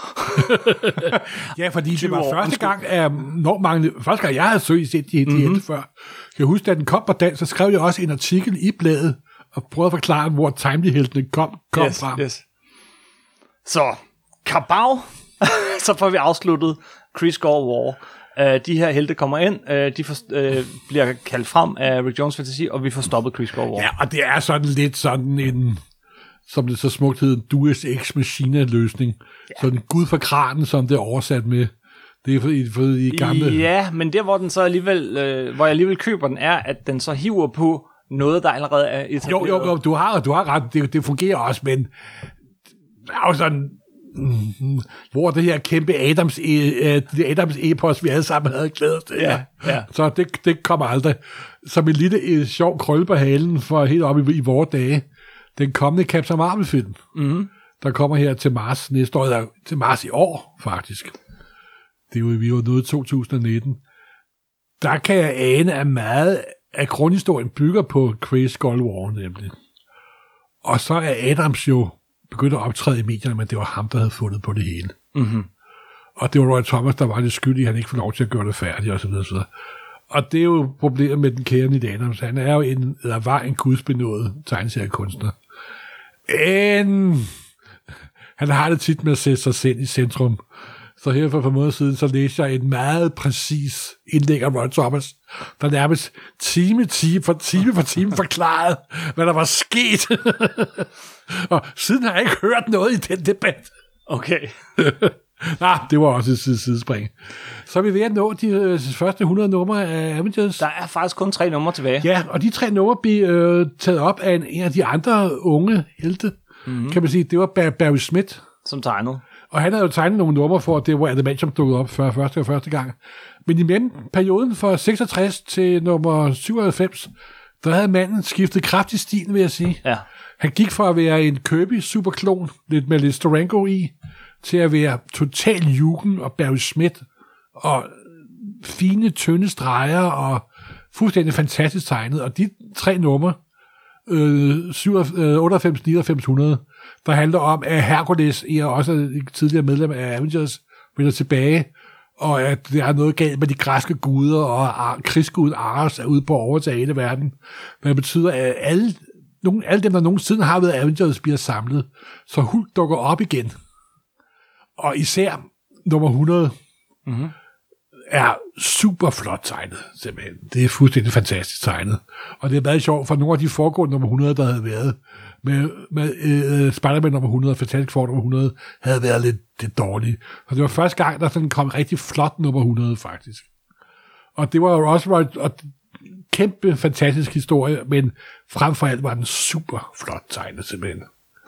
Ja, fordi det var første gang, at når mange, første gang, jeg havde søgt set de, de mm-hmm. før. Kan jeg huske, da den kom på dansk, så skrev jeg også en artikel i bladet, og prøvede at forklare, hvor timely-heltene kom, kom yes, fra. Yes. Så, kabav, så får vi afsluttet Kree Skull War. Uh, de her helte kommer ind, uh, de for, uh, bliver kaldt frem af Rick Jones' fantasi, og vi får stoppet Kree Skull War. Ja, og det er sådan lidt sådan en, som det så smukt hedder, en Deus Ex Machina-løsning. Ja. Sådan Gud for kranen, som det er oversat med. Det er fordi, fordi i gamle... Ja, men der, hvor den så alligevel, øh, hvor jeg alligevel køber den, er, at den så hiver på noget, der allerede er etableret. Jo, jo, jo, du har, du har ret, det, det fungerer også, men det er jo sådan... Mm, hvor det her kæmpe Adams, øh, Adams epos, vi alle sammen havde glædet til. Ja, ja. Så det, det kommer aldrig. Som en lille øh, sjov krølle på halen for helt op i, i vores dage. Den kommende Captain Marvel-film, mm-hmm. der kommer her til marts næste år, eller til marts i år, faktisk. Det er jo, vi er jo nået to tusind nitten. Der kan jeg ane, at meget af grundhistorien bygger på Kree Skull War, nemlig. Og så er Adams jo begyndte at optræde i medierne, men det var ham, der havde fundet på det hele. Mm-hmm. Og det var Roy Thomas, der var lidt skyldig, han ikke får lov til at gøre det færdigt, og så videre, så videre. Og det er jo problemet med den kære Neil Adams. Han er jo en, eller var en gudsbenået tegneseriekunstner. En, han har det tit med at sætte sig selv i centrum. Så her for et par måneder siden, så læste jeg en meget præcis indlæg af Roy Thomas, der nærmest time, time for time for time forklarede, hvad der var sket. Og siden har jeg ikke hørt noget i den debat. Okay. Nej, det var også et sidespring. Så er vi ved at nå de øh, første hundrede numre af Avengers. Der er faktisk kun tre numre tilbage. Ja, og de tre numre blev øh, taget op af en, en af de andre unge helte, mm-hmm. kan man sige. Det var Bar- Barry Smith. Som tegnede. Og han havde jo tegnet nogle numre for, det var Adamantium dukkede op før første og første gang. Men i mellem perioden fra seksogtres til nummer syvoghalvfems, der havde manden skiftet kraftig stil, vil jeg sige. Ja. Han gik fra at være en Kirby superklon, lidt med lidt Steranko i, til at være total Jugend og Barry Smith, og fine, tynde streger, og fuldstændig fantastisk tegnet. Og de tre numre, øh, otteoghalvfems, nioghalvfems, hundrede, der handler om, at Hercules, er også et tidligere medlem af Avengers, vender tilbage, og at der er noget galt med de græske guder, og krigsguden Ares er ude på at overtage hele verden. Hvad betyder, at alle, nogen, alle dem, der nogensinde har været Avengers, bliver samlet. Så Hulk dukker op igen. Og især nummer hundrede mm-hmm. er super flot tegnet, simpelthen. Det er fuldstændig fantastisk tegnet. Og det er meget sjovt, for nogle af de foregående nummer hundrede, der havde været, med, med uh, Spider-Man nummer hundrede og Fantastic Four nummer hundrede, havde været lidt, lidt dårlige. Og det var første gang, der sådan kom rigtig flot nummer hundrede, faktisk. Og det var jo også et og kæmpe fantastisk historie, men frem for alt var den super flot tegnet, simpelthen.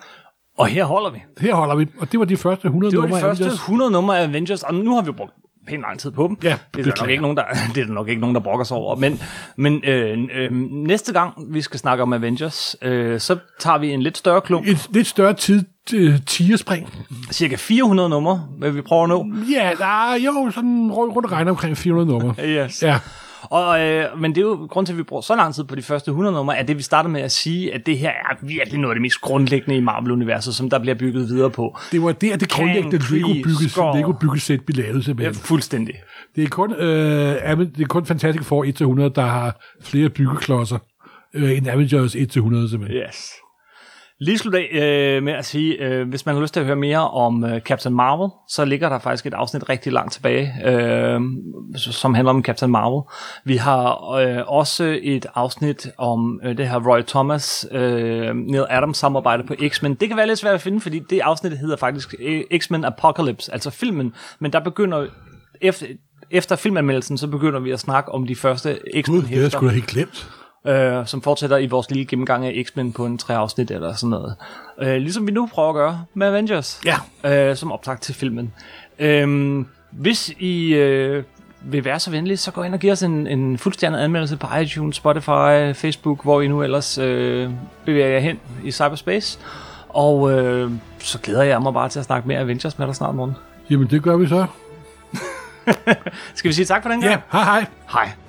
Og her holder vi. Her holder vi, og det var de første hundrede numre. Det var de første Avengers. hundrede numre af Avengers, og nu har vi brugt pænt lang tid på dem. Ja, det, er der nok ikke nogen, der, det er der nok ikke nogen, der brokker sig over. Men, men øh, øh, næste gang, vi skal snakke om Avengers, øh, så tager vi en lidt større klump. Et lidt større tid, øh, tigerspring. Cirka fire hundrede numre, vil vi prøve at nå. Ja, der er jo sådan rundt regner omkring fire hundrede numre. Yes. Ja. Og, øh, men det er jo grund til, at vi bruger så lang tid på de første hundrede numre, at det vi starter med at sige, at det her er virkelig noget af det mest grundlæggende i Marvel-universet, som der bliver bygget videre på. Det var der, det grundlæggende Lego-byggesæt blev lavet simpelthen. Ja, fuldstændig. Det er kun, øh, det er kun Fantastic Four et til hundrede, der har flere byggeklodser øh, end Avengers et til hundrede simpelthen. Yes. Lige slut af øh, med at sige, øh, hvis man har lyst til at høre mere om øh, Captain Marvel, så ligger der faktisk et afsnit rigtig langt tilbage, øh, som handler om Captain Marvel. Vi har øh, også et afsnit om øh, det her Roy Thomas, øh, Neil Adams samarbejde på X-Men. Det kan være lidt svært at finde, fordi det afsnit hedder faktisk X-Men Apocalypse, altså filmen, men der begynder efter, efter filmanmeldelsen, så begynder vi at snakke om de første X-Men-hæfter. Det er sgu da helt glemt. Øh, som fortsætter i vores lille gennemgang af X-Men på en tre afsnit eller sådan noget. Øh, ligesom vi nu prøver at gøre med Avengers, ja. øh, som optakt til filmen. Øh, hvis I øh, vil være så venlige, så gå ind og giv os en, en fuldstændig anmeldelse på iTunes, Spotify, Facebook, hvor I nu ellers øh, bevæger jer hen i cyberspace. Og øh, så glæder jeg mig bare til at snakke mere Avengers med dig snart, morgen. Jamen, det gør vi så. Skal vi sige tak for den gang? Ja, hej hej. Hej.